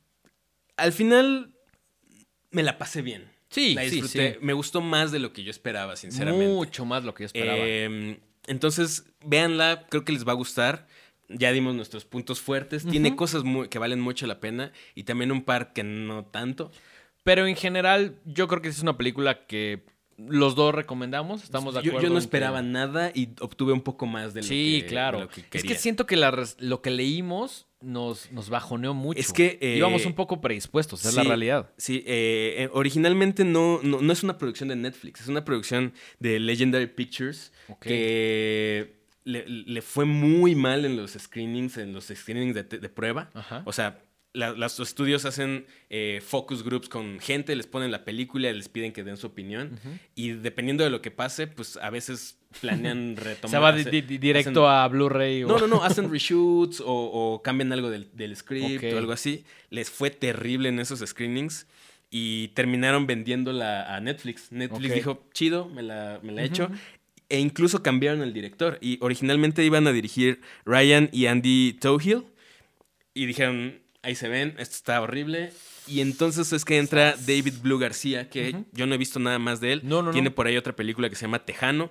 al final me la pasé bien. Sí, La sí, disfruté. sí. Me gustó más de lo que yo esperaba, sinceramente. Mucho más lo que yo esperaba. Eh, entonces, véanla, creo que les va a gustar. Ya dimos nuestros puntos fuertes. Tiene Ujú. cosas muy- que valen mucho la pena y también un par que no tanto. Pero en general, yo creo que es una película que los dos recomendamos. Estamos de Yo, acuerdo. yo no en que- esperaba nada y obtuve un poco más de lo, Sí, que, claro. de lo que Es quería. que siento que la res- lo que leímos nos, nos bajoneó mucho. Es que, eh, íbamos un poco predispuestos, es Sí, la realidad. Sí, eh, eh, originalmente no, no, no es una producción de Netflix, es una producción de Legendary Pictures Ok. que le, le fue muy mal en los screenings, en los screenings de, de prueba. Ajá. O sea, la- los estudios hacen eh, focus groups con gente, les ponen la película y les piden que den su opinión. Ujú. Y dependiendo de lo que pase, pues a veces planean retomar. Se va di- hacer- di- di- directo hacen- a Blu-ray. o- no, no, no, hacen reshoots o, o cambian algo del, del script Ok. o algo así. Les fue terrible en esos screenings y terminaron vendiéndola a Netflix. Netflix Ok. dijo, chido, me la, me la he Ujú. hecho. E incluso cambiaron el director. Y originalmente iban a dirigir Ryan y Andy Tohill. Y dijeron, ahí se ven, esto está horrible. Y entonces es que entra David Blue García, que Ujú. yo no he visto nada más de él. No, no, Tiene no. por ahí otra película que se llama Tejano.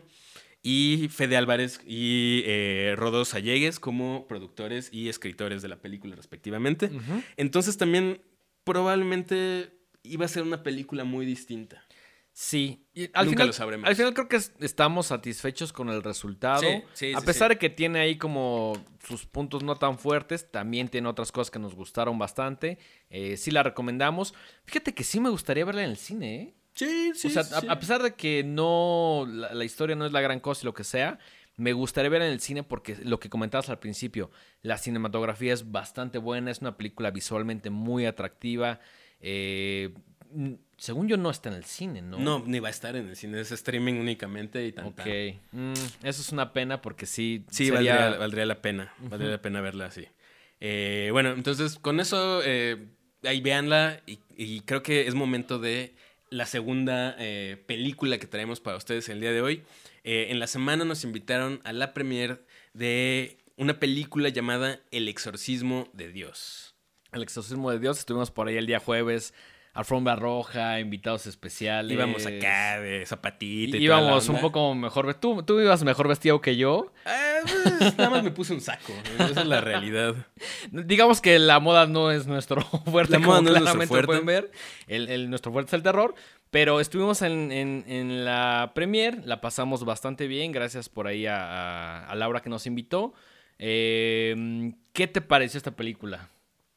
Y Fede Álvarez y eh, Rodo Sallegues como productores y escritores de la película respectivamente. Ujú. Entonces también probablemente iba a ser una película muy distinta. Sí. Y al Nunca final, lo sabremos. Al final creo que es- estamos satisfechos con el resultado. Sí, sí, a sí, pesar sí. de que tiene ahí como sus puntos no tan fuertes, también tiene otras cosas que nos gustaron bastante. Eh, sí la recomendamos. Fíjate que sí me gustaría verla en el cine, ¿eh? Sí, sí. o sea, a, a pesar de que no la, la historia no es la gran cosa y lo que sea, me gustaría ver en el cine porque lo que comentabas al principio, la cinematografía es bastante buena, es una película visualmente muy atractiva. Eh, mm, según yo no está en el cine, ¿no? No, ni va a estar en el cine, es streaming únicamente y tan, Ok. tan. Mm, eso es una pena porque sí. Sí, sería- valdría, valdría la pena. Valdría la pena verla así. Eh, bueno, entonces con eso, eh, ahí véanla. Y, y creo que es momento de la segunda eh, película que traemos para ustedes el día de hoy. Eh, en la semana nos invitaron a la premiere de una película llamada El exorcismo de Dios. El exorcismo de Dios. Estuvimos por ahí el día jueves. Alfombra roja, invitados especiales. Íbamos acá de zapatita y Í- toda la Íbamos un onda. poco mejor. ve- Tú, tú ibas mejor vestido que yo. Ah, pues, nada más me puse un saco. Esa es la realidad. Digamos que la moda no es nuestro fuerte, La como moda no es nuestro claramente lo fuerte. pueden ver. El, el- nuestro fuerte es el terror. Pero estuvimos en, en, en la premier, la pasamos bastante bien, gracias por ahí a, a, a Laura que nos invitó. Eh, ¿Qué te pareció esta película?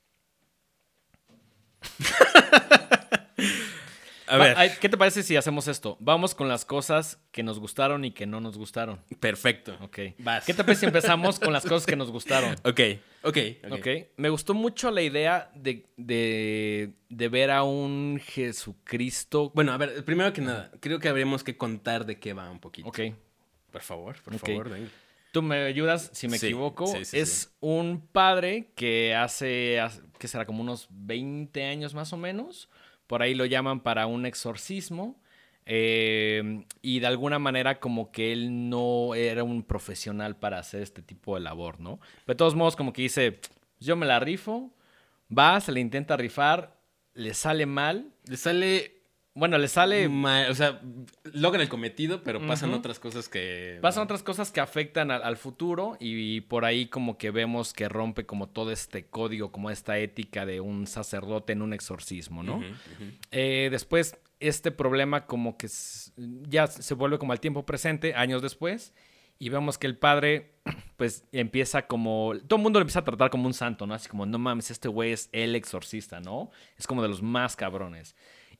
A ver. ¿Qué te parece si hacemos esto? Vamos con las cosas que nos gustaron y que no nos gustaron. Perfecto. Ok. Vas. ¿Qué te parece si empezamos con las cosas que nos gustaron? Ok, ok. Ok. okay. Me gustó mucho la idea de, de, de ver a un Jesucristo. Bueno, a ver, primero que nada, creo que habríamos que contar de qué va un poquito. Ok. Por favor, por okay. favor, venga. Tú me ayudas si me sí, equivoco. Sí, sí, es sí. un padre que hace, que será como unos veinte años más o menos. Por ahí lo llaman para un exorcismo. Eh, y de alguna manera como que él no era un profesional para hacer este tipo de labor, ¿no? Pero de todos modos como que dice, yo me la rifo. Va, se le intenta rifar. Le sale mal. Le sale... Bueno, le sale... mal, o sea, logra el cometido, pero pasan uh-huh. otras cosas que... Pasan otras cosas que afectan al, al futuro y, y por ahí como que vemos que rompe como todo este código, como esta ética de un sacerdote en un exorcismo, ¿no? Uh-huh, uh-huh. Eh, después, este problema como que ya se vuelve como al tiempo presente, años después, y vemos que el padre pues empieza como... Todo el mundo lo empieza a tratar como un santo, ¿no? Así como, no mames, este güey es el exorcista, ¿no? Es como de los más cabrones.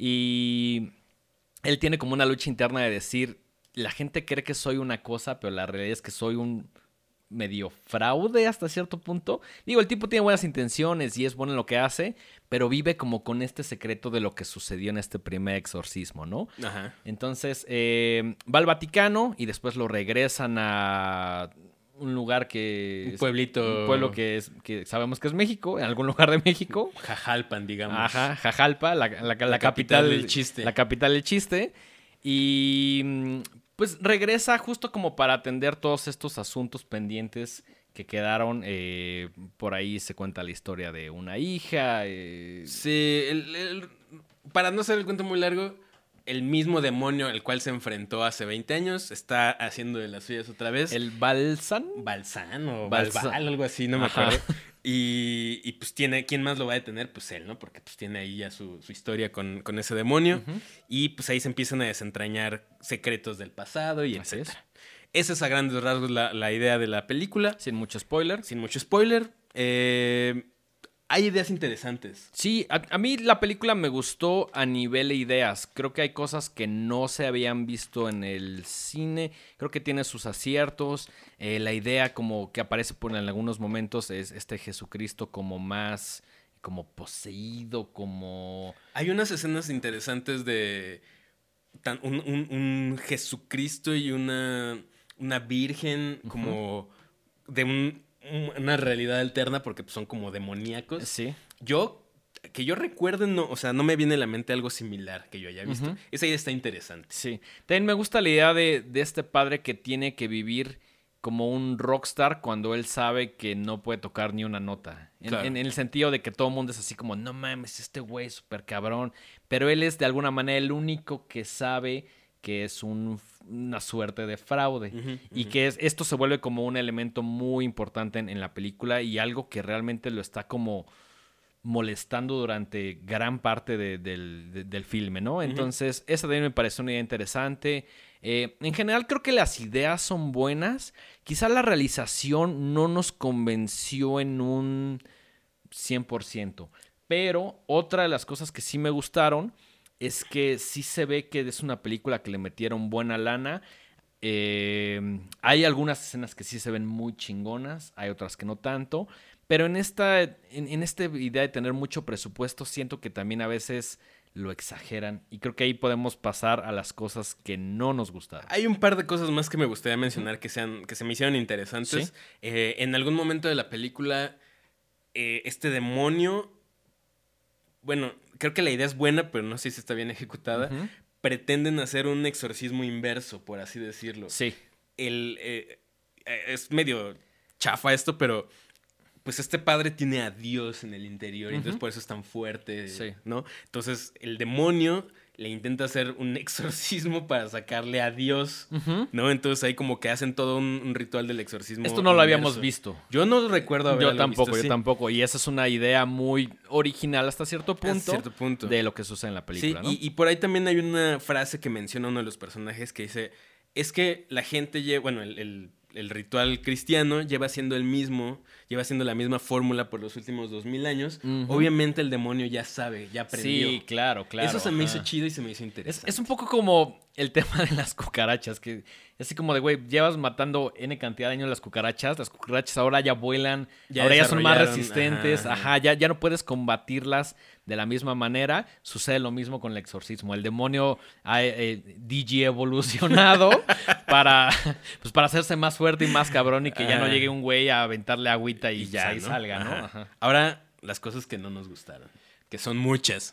Y él tiene como una lucha interna de decir, la gente cree que soy una cosa, pero la realidad es que soy un medio fraude hasta cierto punto. Digo, el tipo tiene buenas intenciones y es bueno en lo que hace, pero vive como con este secreto de lo que sucedió en este primer exorcismo, ¿no? Ajá. Entonces, eh, va al Vaticano y después lo regresan a... un lugar que... Un pueblito... Un pueblo que, es, que sabemos que es México, en algún lugar de México. Jajalpan, digamos. Ajá, Jajalpa, la, la, la, la capital, capital del chiste. La capital del chiste. Y pues regresa justo como para atender todos estos asuntos pendientes que quedaron. Eh, por ahí se cuenta la historia de una hija. Eh... Sí, el, el, para no hacer el cuento muy largo... El mismo demonio al cual se enfrentó hace veinte años está haciendo de las suyas otra vez. ¿El Balsan? Balsan o Balsan. Balbal, algo así, no me Ajá. acuerdo. Y, y pues tiene, ¿quién más lo va a detener? Pues él, ¿no? Porque pues tiene ahí ya su, su historia con, con ese demonio. Uh-huh. Y pues ahí se empiezan a desentrañar secretos del pasado y así etcétera. Es. Esa es a grandes rasgos la, la idea de la película. Sin mucho spoiler. Sin mucho spoiler. Eh... Hay ideas interesantes. Sí, a, a mí la película me gustó a nivel de ideas. Creo que hay cosas que no se habían visto en el cine. Creo que tiene sus aciertos. Eh, la idea como que aparece por en algunos momentos es este Jesucristo como más... como poseído, como... Hay unas escenas interesantes de... Tan, un, un, un Jesucristo y una, una virgen como uh-huh. de un... una realidad alterna porque son como demoníacos. Sí. Yo, que yo recuerde, no, o sea, no me viene a la mente algo similar que yo haya visto. Uh-huh. Esa idea está interesante. Sí. También me gusta la idea de, de este padre que tiene que vivir como un rockstar cuando él sabe que no puede tocar ni una nota. En, claro. en, en el sentido de que todo el mundo es así como, no mames, este güey es súper cabrón. Pero él es de alguna manera el único que sabe que es un, una suerte de fraude. Uh-huh, y uh-huh. que es, esto se vuelve como un elemento muy importante en, en la película y algo que realmente lo está como molestando durante gran parte de, del, de, del filme, ¿no? Entonces, uh-huh. esa también me pareció una idea interesante. Eh, en general creo que las ideas son buenas. Quizá la realización no nos convenció en un cien por ciento. Pero otra de las cosas que sí me gustaron es que sí se ve que es una película que le metieron buena lana. Eh, hay algunas escenas que sí se ven muy chingonas, hay otras que no tanto. Pero en esta, en, en esta idea de tener mucho presupuesto, siento que también a veces lo exageran. Y creo que ahí podemos pasar a las cosas que no nos gustaron. Hay un par de cosas más que me gustaría mencionar que, sean, que se me hicieron interesantes. ¿Sí? Eh, en algún momento de la película, eh, este demonio... Bueno, creo que la idea es buena, pero no sé si está bien ejecutada. Uh-huh. Pretenden hacer un exorcismo inverso, por así decirlo. Sí. El, eh, es medio chafa esto, pero pues este padre tiene a Dios en el interior, uh-huh. y entonces por eso es tan fuerte, sí. ¿no? Entonces el demonio le intenta hacer un exorcismo para sacarle a Dios, Ujú. ¿no? Entonces ahí como que hacen todo un, un ritual del exorcismo. Esto no lo habíamos inmerso. visto. Yo no recuerdo haberlo Yo tampoco, visto yo así. tampoco. Y esa es una idea muy original hasta cierto punto, Hasta cierto punto. de lo que sucede en la película, Sí, ¿no? y, y por ahí también hay una frase que menciona uno de los personajes que dice, es que la gente lleva, bueno, el, el, el ritual cristiano lleva siendo el mismo, lleva siendo la misma fórmula por los últimos dos mil años. Ujú. Obviamente el demonio ya sabe, ya aprendió. Sí, claro, claro. Eso se me ajá. hizo chido y se me hizo Es, interesante. es un poco como el tema de las cucarachas, que es así como de, güey, llevas matando N cantidad de años las cucarachas, las cucarachas ahora ya vuelan, Ya ahora ya son más desarrollaron, resistentes, ajá, ajá, ajá. ya, ya no puedes combatirlas de la misma manera. Sucede lo mismo con el exorcismo. El demonio ha eh, D G evolucionado para, pues, para hacerse más fuerte y más cabrón y que ya no Ah. llegue un güey a aventarle agüita y, Y ya ya, ahí ¿no? salga, ¿no? Ajá. Ajá. Ahora, las cosas que no nos gustaron, que son muchas.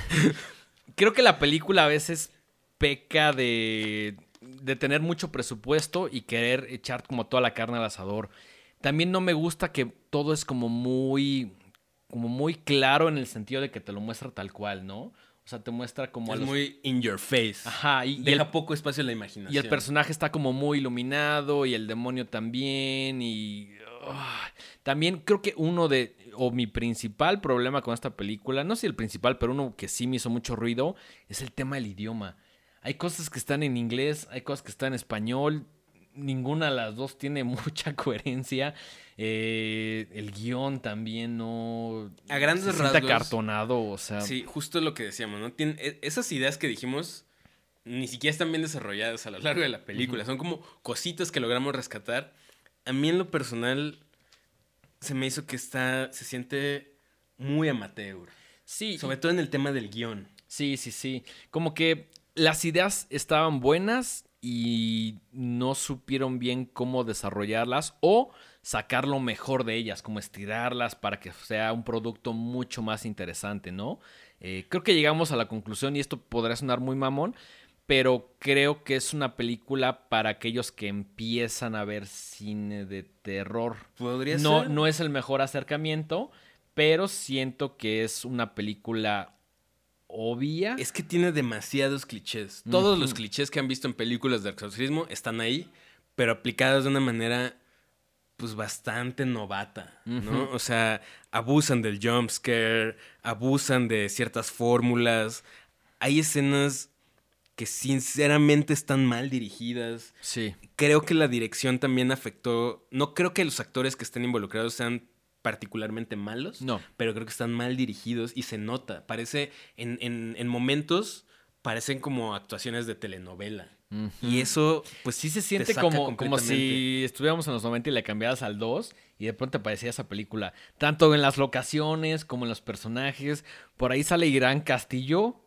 Creo que la película a veces peca de, de tener mucho presupuesto y querer echar como toda la carne al asador. También no me gusta que todo es como muy, como muy claro en el sentido de que te lo muestra tal cual, ¿no? O sea, te muestra como a Es los- muy in your face. Ajá, y, y Deja el, poco espacio a la imaginación. y el personaje está como muy iluminado y el demonio también y... ah, también creo que uno de... o mi principal problema con esta película, no sé si el principal, pero uno que sí me hizo mucho ruido, es el tema del idioma. Hay cosas que están en inglés, hay cosas que están en español, ninguna de las dos tiene mucha coherencia. Eh, el guión también no... A grandes se siente rasgos, acartonado, o sea... Sí, justo lo que decíamos, ¿no? Tien- e- esas ideas que dijimos ni siquiera están bien desarrolladas a lo largo de la película. Son como cositas que logramos rescatar. A mí en lo personal se me hizo que está, se siente muy amateur. Sí, Sobre todo en el tema del guión. Sí, sí, sí. Como que las ideas estaban buenas y no supieron bien cómo desarrollarlas o sacar lo mejor de ellas, como estirarlas para que sea un producto mucho más interesante, ¿no? Eh, creo que llegamos a la conclusión, y esto podrá sonar muy mamón, pero creo que es una película para aquellos que empiezan a ver cine de terror. Podría No, ser. no es el mejor acercamiento, pero siento que es una película obvia. Es que tiene demasiados clichés. Todos Ujú. los clichés que han visto en películas de exorcismo están ahí, pero aplicados de una manera pues bastante novata, ¿no? Ujú. O sea, abusan del jump scare, abusan de ciertas fórmulas. Hay escenas que sinceramente están mal dirigidas. Sí. Creo que la dirección también afectó. No creo que los actores que estén involucrados sean particularmente malos, No. pero creo que están mal dirigidos y se nota. Parece, en, en, en momentos, parecen como actuaciones de telenovela. Ujú. Y eso, pues Sí se te siente saca como, como completamente. si estuviéramos en los noventa y le cambiaras al dos y de pronto aparecía esa película. Tanto en las locaciones como en los personajes. Por ahí sale Irán Castillo.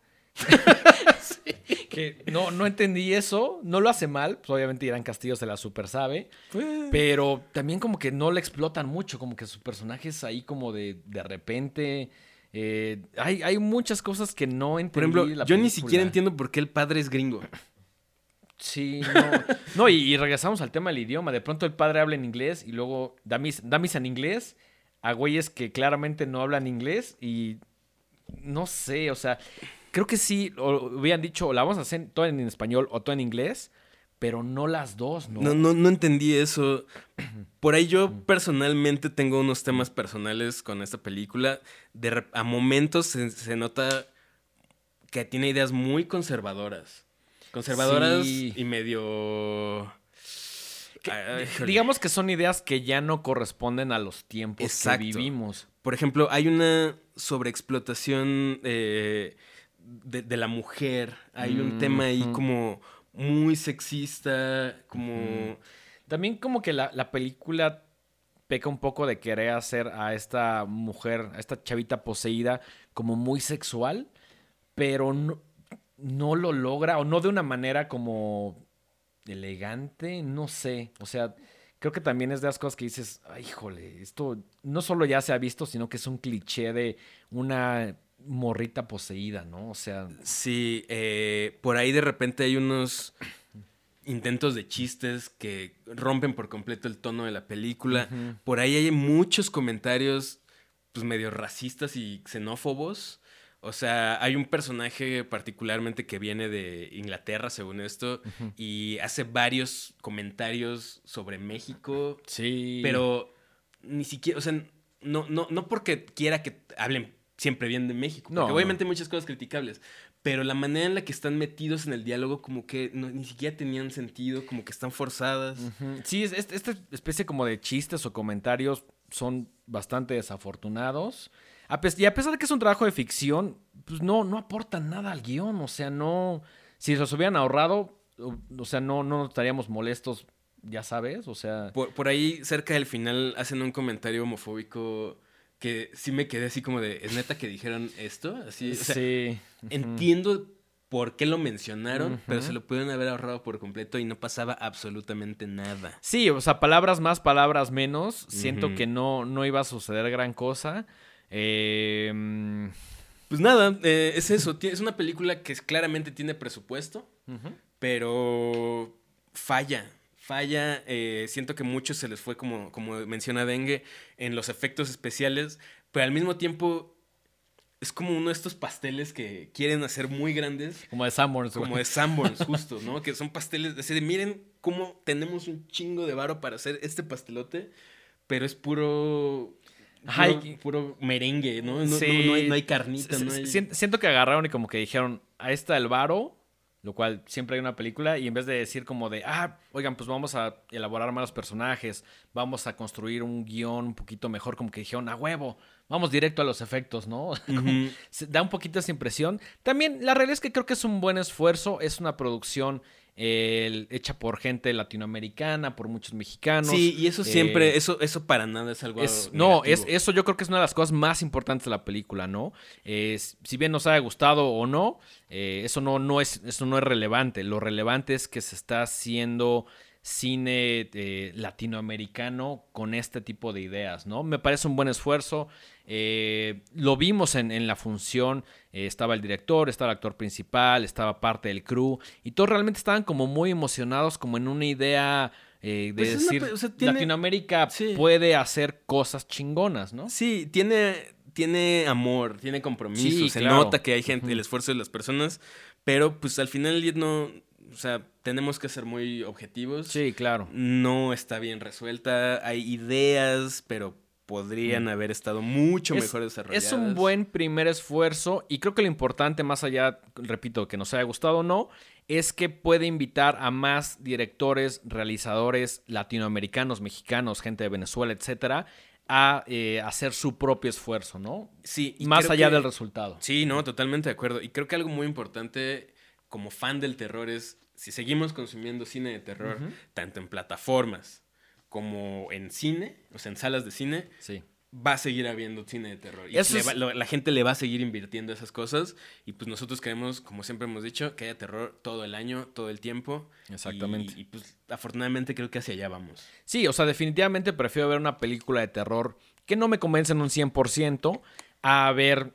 Que no, no entendí eso. No lo hace mal. Pues obviamente Irán Castillo se la super sabe. Pero también como que no le explotan mucho. Como que su personaje es ahí como de, de repente. Eh, hay, hay muchas cosas que no entendí. Por ejemplo, de la yo ni película. siquiera entiendo por qué el padre es gringo. Sí, no. No, y, y regresamos al tema del idioma. De pronto el padre habla en inglés y luego da mis, da misa en inglés a güeyes que claramente no hablan inglés y no sé, o sea, creo que sí, o hubieran dicho, o la vamos a hacer todo en español o todo en inglés, pero no las dos, ¿no? No, no, no entendí eso. Por ahí yo personalmente tengo unos temas personales con esta película. De, rep- a momentos se, se nota que tiene ideas muy conservadoras. Conservadoras Sí. y medio... Que- Ay, híjole. digamos que son ideas que ya no corresponden a los tiempos Exacto. que vivimos. Por ejemplo, hay una sobreexplotación eh, de, de la mujer. Hay un Mm, tema ahí ujú. como muy sexista, como... Ujú. También como que la, la película peca un poco de querer hacer a esta mujer, a esta chavita poseída, como muy sexual, pero no, no lo logra, o no de una manera como elegante, no sé. O sea, creo que también es de las cosas que dices, ay, híjole, esto no solo ya se ha visto, sino que es un cliché de una morrita poseída, ¿no? O sea, Sí, eh, por ahí de repente hay unos intentos de chistes que rompen por completo el tono de la película. Ujú. Por ahí hay muchos comentarios pues medio racistas y xenófobos. O sea, hay un personaje particularmente que viene de Inglaterra, según esto, Ujú. y hace varios comentarios sobre México, Sí. pero ni siquiera, o sea, no, no, no porque quiera que hablen siempre bien de México, porque No, obviamente hay muchas cosas criticables, pero la manera en la que están metidos en el diálogo como que no- ni siquiera tenían sentido, como que están forzadas. Ujú. Sí, es- es- esta especie como de chistes o comentarios son bastante desafortunados. A pes- y a pesar de que es un trabajo de ficción, pues no, no aportan nada al guión. O sea, no. Si los hubieran ahorrado, o, o sea, no, no estaríamos molestos, ya sabes. O sea. Por, por ahí, cerca del final, hacen un comentario homofóbico que sí me quedé así como de, ¿es neta que dijeron esto? Así, o sea, Sí. Ujú. entiendo por qué lo mencionaron, Ujú. pero se lo pudieron haber ahorrado por completo y no pasaba absolutamente nada. Sí, o sea, palabras más, palabras menos. Siento Ujú. que no, no iba a suceder gran cosa. Eh, mm, Pues nada, eh, es eso. tie- Es una película que es- claramente tiene presupuesto, ujú. pero falla. Falla. eh, siento que mucho se les fue, como, como menciona Dengue, en los efectos especiales, pero al mismo tiempo es como uno de estos pasteles que quieren hacer muy grandes. Como de Sanborns, güey. Como de Sanborns, justo, ¿no? Que son pasteles así de, miren cómo tenemos un chingo de varo para hacer este pastelote, pero es puro... Ajá, Puro, y- puro merengue, ¿no? No, Sí. no, no hay, no hay carnita, Si- no hay... si- Siento que agarraron y como que dijeron, a esta el varo, lo cual siempre hay una película, y en vez de decir como de, ah, oigan, pues vamos a elaborar más los personajes, vamos a construir un guión un poquito mejor, como que dijeron, a huevo, vamos directo a los efectos, ¿no? Como- Ujú. se da un poquito esa impresión. También la realidad es que creo que es un buen esfuerzo, es una producción eh, hecha por gente latinoamericana, por muchos mexicanos. Sí, y eso siempre, Eh, eso, eso para nada es algo es, no, es, negativo. eso yo creo que es una de las cosas más importantes de la película, ¿no? Es, si bien nos haya gustado o no, eh, eso, no, no es, eso no es relevante. Lo relevante es que se está haciendo cine eh, latinoamericano con este tipo de ideas, ¿no? Me parece un buen esfuerzo. Eh, lo vimos en, en la función. Eh, estaba el director, estaba el actor principal, estaba parte del crew. Y todos realmente estaban como muy emocionados, como en una idea... Eh, de Pues es una decir, pe- o sea, tiene- Latinoamérica sí. puede hacer cosas chingonas, ¿no? Sí, tiene, tiene amor, tiene compromiso, Sí, se claro. nota que hay gente, Ujú. el esfuerzo de las personas, pero pues al final del día no, o sea, tenemos que ser muy objetivos. Sí, claro. No está bien resuelta, hay ideas, pero podrían haber estado mucho Es- mejor desarrolladas. Es un buen primer esfuerzo y creo que lo importante, más allá, repito, que nos haya gustado o no, es que puede invitar a más directores, realizadores latinoamericanos, mexicanos, gente de Venezuela, etcétera, a eh, hacer su propio esfuerzo, ¿no? Sí, y Más creo allá que- del resultado. Sí, no, totalmente de acuerdo. Y creo que algo muy importante como fan del terror es, si seguimos consumiendo cine de terror, Ujú. tanto en plataformas como en cine, o sea, en salas de cine, Sí. va a seguir habiendo cine de terror. Y Eso le es- va- lo- la gente le va a seguir invirtiendo esas cosas. Y pues nosotros queremos, como siempre hemos dicho, que haya terror todo el año, todo el tiempo. Exactamente. Y, y, pues afortunadamente creo que hacia allá vamos. Sí, o sea, definitivamente prefiero ver una película de terror que no me convence en un cien por ciento a ver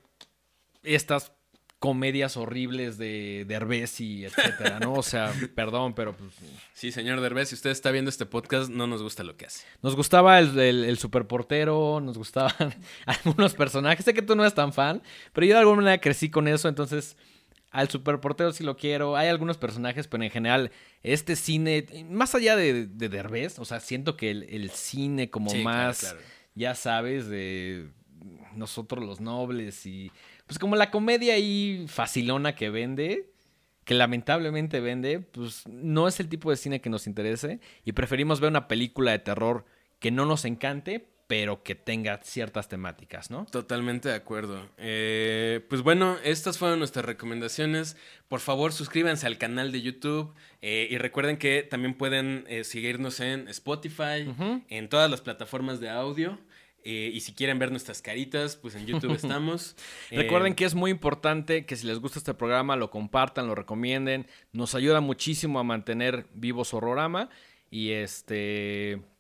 estas comedias horribles de Derbez y etcétera, ¿no? O sea, perdón, pero pues, Sí, señor Derbez, si usted está viendo este podcast, no nos gusta lo que hace. nos gustaba el, el, el superportero, nos gustaban algunos personajes. Sé que tú no eres tan fan, pero yo de alguna manera crecí con eso, entonces al superportero sí lo quiero. Hay algunos personajes, pero en general este cine, más allá de, de Derbez, o sea, siento que el, el cine como Sí, claro, más, claro. ya sabes, de nosotros los nobles y pues como la comedia ahí facilona que vende, que lamentablemente vende, pues no es el tipo de cine que nos interese y preferimos ver una película de terror que no nos encante, pero que tenga ciertas temáticas, ¿no? Totalmente de acuerdo. Eh, pues bueno, estas fueron nuestras recomendaciones. Por favor, suscríbanse al canal de YouTube eh, y recuerden que también pueden eh, seguirnos en Spotify, Ujú. en todas las plataformas de audio. Eh, y si quieren ver nuestras caritas, pues en YouTube estamos. Eh, Recuerden que es muy importante que si les gusta este programa lo compartan, lo recomienden. Nos ayuda muchísimo a mantener vivo su Horrorama. Y este,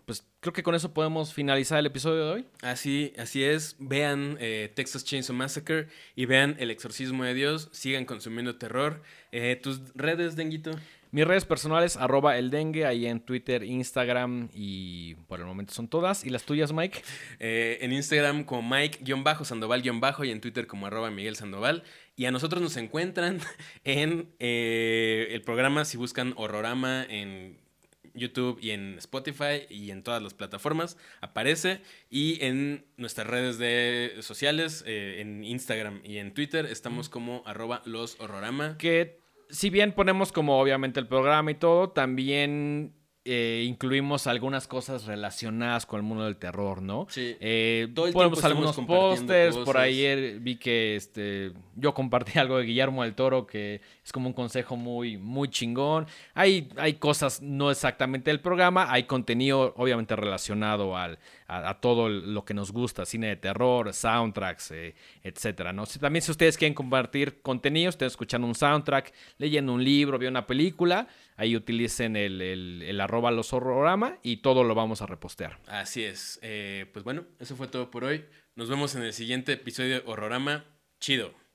pues creo que con eso podemos finalizar el episodio de hoy. Así, así es. Vean eh, Texas Chainsaw Massacre y vean El Exorcismo de Dios. Sigan consumiendo terror. Eh, ¿Tus redes, Denguito? Mis redes personales, arroba el dengue, ahí en Twitter, Instagram y por el momento son todas. ¿Y las tuyas, Mike? Eh, en Instagram como Mike-Sandoval- y en Twitter como arroba Miguel Sandoval. Y a nosotros nos encuentran en eh, el programa si buscan Horrorama en YouTube y en Spotify y en todas las plataformas. Aparece. Y en nuestras redes de sociales, eh, en Instagram y en Twitter, estamos como arroba los Horrorama. Que si bien ponemos como obviamente el programa y todo, también eh, incluimos algunas cosas relacionadas con el mundo del terror, ¿no? Sí. Eh, Todo el ponemos tiempo algunos estamos compartiendo pósters. cosas. Por ayer vi que este, yo compartí algo de Guillermo del Toro, que es como un consejo muy, muy chingón. Hay, hay cosas no exactamente del programa, hay contenido obviamente relacionado al, a, a todo lo que nos gusta, cine de terror, soundtracks, eh, etcétera, ¿no? Si, también si ustedes quieren compartir contenido, estén escuchando un soundtrack, leyendo un libro, viendo una película, ahí utilicen el, el, el arroba los horrorama y todo lo vamos a repostear. Así es. Eh, pues bueno, eso fue todo por hoy. Nos vemos en el siguiente episodio de Horrorama. Chido.